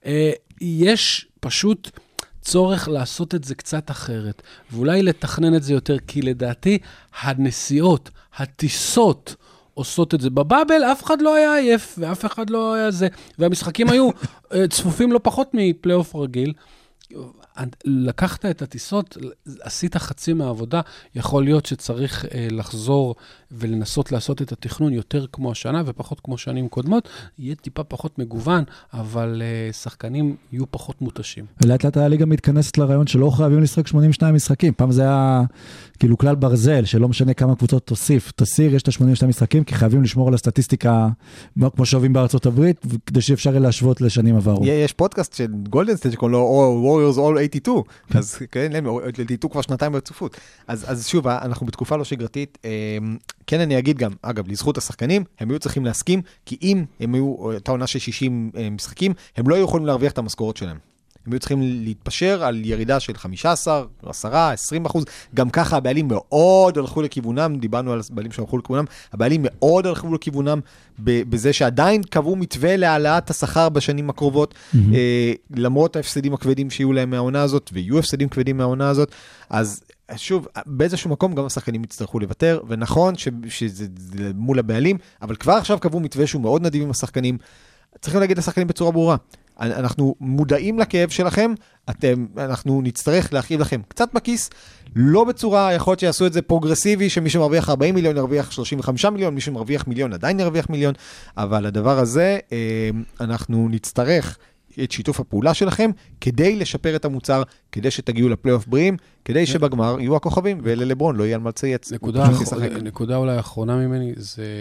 S5: יש פשוט צורך לעשות את זה קצת אחרת, ואולי לתכנן את זה יותר, כי לדעתי הנסיעות, הטיסות, עושות את זה. בבאבל אף אחד לא היה עייף, ואף אחד לא היה זה, והמשחקים היו צפופים לא פחות מפלייאוף רגיל, לקחת את הטיסות, עשית חצי מהעבודה, יכול להיות שצריך אה, לחזור ולנסות לעשות את התכנון יותר כמו השנה ופחות כמו שנים קודמות, יהיה טיפה פחות מגוון, אבל אה, שחקנים יהיו פחות מותשים.
S3: ולאט לאט הליגה מתכנסת לרעיון שלא חייבים לשחק שמונים ושניים משחקים, פעם זה היה כאילו כלל ברזל, שלא משנה כמה קבוצות תוסיף, תסיר, יש את ה-שמונים ושניים משחקים, כי חייבים לשמור על הסטטיסטיקה, כמו שאוהבים בארצות הברית, כדי שאפשר להשוות לשנים עברו.
S4: יש פודקאסט של גולדן סטייט שקוראים לו Warriors All שמונים ושתיים, אז כן, שמונים ושתיים כבר שנתיים ברצופות. אז שוב, אנחנו בתקופה לא שגרתית, כן אני אגיד גם, אגב, לזכות השחקנים, הם היו צריכים להסכים, כי אם הם היו, אותה עונה של שישים משחקים, הם לא היו יכולים להרוויח את המשכורות שלהם. הם היו צריכים להתפשר על ירידה של חמישה עשר, עשרה, עשרים אחוז, גם ככה הבעלים מאוד הלכו לכיוונם, דיברנו על הבעלים שהלכו לכיוונם, הבעלים מאוד הלכו לכיוונם בזה שעדיין קבעו מתווה להעלאת השכר בשנים הקרובות, mm-hmm. אה, למרות ההפסדים הכבדים שיהיו להם מהעונה הזאת, ויהיו הפסדים כבדים מהעונה הזאת, אז שוב, באיזשהו מקום גם השחקנים יצטרכו לוותר, ונכון ש, שזה מול הבעלים, אבל כבר עכשיו קבעו מתווה שהוא מאוד נדיב עם השחקנים, צריכים להגיד לשחקנים בצורה ברורה, אנחנו מודעים לכאב שלכם, אתם, אנחנו נצטרך להכאיב לכם קצת בכיס, לא בצורה, יכול להיות שיעשו את זה פרוגרסיבי, שמי שמרוויח ארבעים מיליון ירוויח שלושים וחמישה מיליון, מי שמרוויח מיליון עדיין ירוויח מיליון, אבל הדבר הזה, אנחנו נצטרך את שיתוף הפעולה שלכם, כדי לשפר את המוצר, כדי שתגיעו לפלייאוף בריאים, כדי שבגמר יהיו הכוכבים, וללברון לא יהיה על מה לצייץ.
S5: נקודה, נקודה אולי האחרונה ממני, זה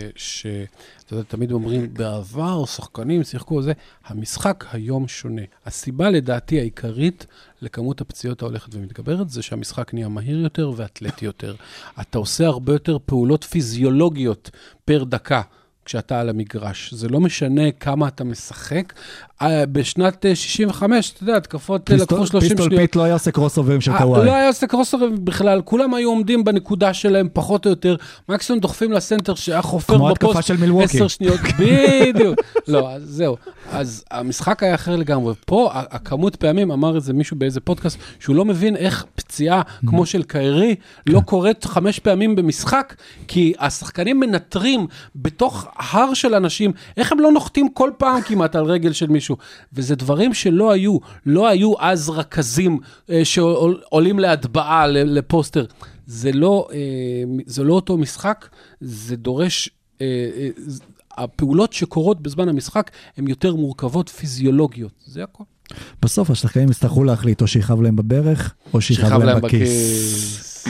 S5: שתמיד אומרים, בעבר שחקנים שיחקו זה, המשחק היום שונה. הסיבה לדעתי העיקרית לכמות הפציעות ההולכת ומתגברת, זה שהמשחק נהיה מהיר יותר ואתלטי יותר. אתה עושה הרבה יותר פעולות פיזיולוגיות פר דקה, כשאתה על המגרש. זה לא משנה כמה אתה משחק. בשנת שישים וחמש, אתה יודע, התקפות לקחו שלושים שניות.
S3: פיסטול פיט לא היה עושה קרוסוברים של קוואי.
S5: לא היה עושה קרוסוברים בכלל. כולם היו עומדים בנקודה שלהם פחות או יותר. מקסימום דוחפים לסנטר שהיה חופר בפוסט עשר שניות. בדיוק. לא, אז זהו. אז המשחק היה אחר לגמרי. פה, הכמות פעמים, אמר את זה מישהו באיזה פודקאסט, שהוא לא מבין איך פציעה כמו של קיירי לא קורית חמש פעמים במשחק, כי השחקנים מנטרים בתוך הר של אנשים, איך הם לא נוחתים כל פעם כמעט על רגל של מישהו, וזה דברים שלא היו, לא היו אז רכזים אה, שעולים להטבעה, לפוסטר, זה לא, אה, זה לא אותו משחק, זה דורש, אה, אה, הפעולות שקורות בזמן המשחק, הן יותר מורכבות פיזיולוגיות, זה הכל.
S3: בסוף השחקנים יצטרכו להחליט, או שיחב להם בברך, או שיחב להם בכיס.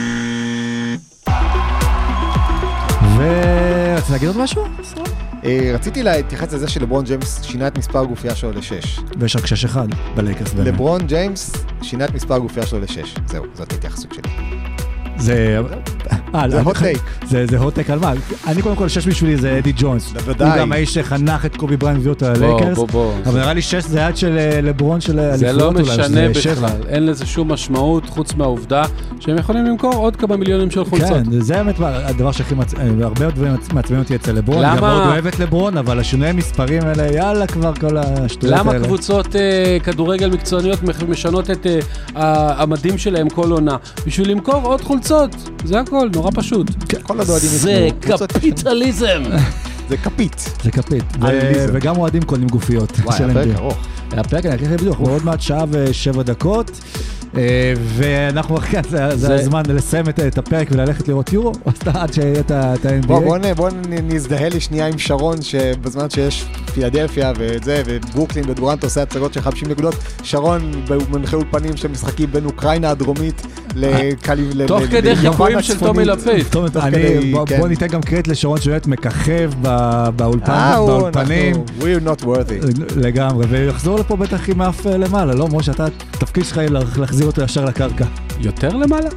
S3: ורציתי להגיד עוד משהו?
S4: רציתי להתייחס לזה שלברון ג'יימס שינה את מספר גופייה שלו לשש.
S3: ויש רק שש אחד בלייקרס.
S4: לברון ג'יימס שינה את מספר גופייה שלו לשש. זהו, זאת ההתייחסות שלי.
S3: זה...
S4: זה hot take.
S3: זה hot take על מה? אני קודם כל, שש בשבילי זה אדי ג'ונס.
S4: בוודאי.
S3: הוא גם האיש שחנך את קובי בריין והביא אותו ללייקרס.
S5: בוא, בוא, בוא.
S3: אבל נראה לי שש זה יד של לברון של אליפויות.
S5: זה לא משנה בכלל. אין לזה שום משמעות, חוץ מהעובדה שהם יכולים למכור עוד כמה מיליונים של חולצות.
S3: כן, זה באמת הדבר שהכי הרבה דברים מעצבנים אותי אצל לברון. אני גם מאוד אוהב את לברון, אבל השינוי המספרים האלה, יאללה כבר כל השטויות האלה.
S5: למה קבוצות כדורגל מקצועניות משנות את המדים שלהם כל עונה? בשביל למכור עוד חולצות. זה הכל, נורא פשוט. זה קפיטליזם.
S4: זה קפית.
S3: זה קפית. וגם אוהדים קונים גופיות.
S4: וואי, הפרק ארוך.
S3: הפרק, אני אקריא בדיוק, עוד מעט שעה ושבע דקות, ואנחנו, זה הזמן לסיים את הפרק וללכת לראות יורו, עד שיהיה את ה-אן בי איי.
S4: בוא נזדהה לי שנייה עם שרון, שבזמן שיש פילדלפיה ואת זה, וברוקלין ודורנט עושה הצגות של חמישים נקודות, שרון במנחה אולפנים של משחקים בין אוקראינה הדרומית לקליב...
S5: תוך כדי חיפויים של תומי לפיד.
S3: בוא ניתן גם קרדיט לשרון שבאמת מככב באולפנים.
S4: We're not worthy.
S3: לגמרי, ויחזור לפה בטח עם אף למעלה, לא? משה, אתה, תפקיד שלך היא להחזיר אותו ישר לקרקע.
S5: יותר למעלה?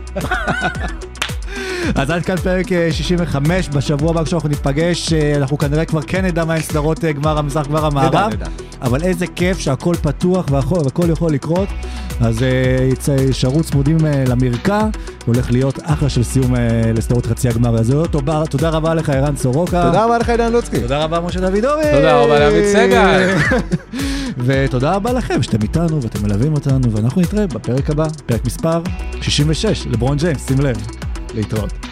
S3: אז עד כאן פרק שישים וחמש, בשבוע הבא כשאנחנו נתפגש, אנחנו כנראה כבר כן נדע מה סדרות גמר המזרח, גמר המערב, אבל איזה כיף שהכל פתוח והכל יכול לקרות, אז יישארו צמודים למרקע, הולך להיות אחלה של סיום לסדרות חצי הגמר הזה. תודה רבה לך ערן סורוקה.
S4: תודה רבה לך עידן לוצקי.
S3: תודה רבה משה דוידוביץ'.
S5: תודה רבה לעמית סגל.
S3: ותודה רבה לכם שאתם איתנו ואתם מלווים אותנו, ואנחנו נתראה בפרק הבא, פרק מספר שישים ושש, לברון ג'יימס, שים לב, להתראות.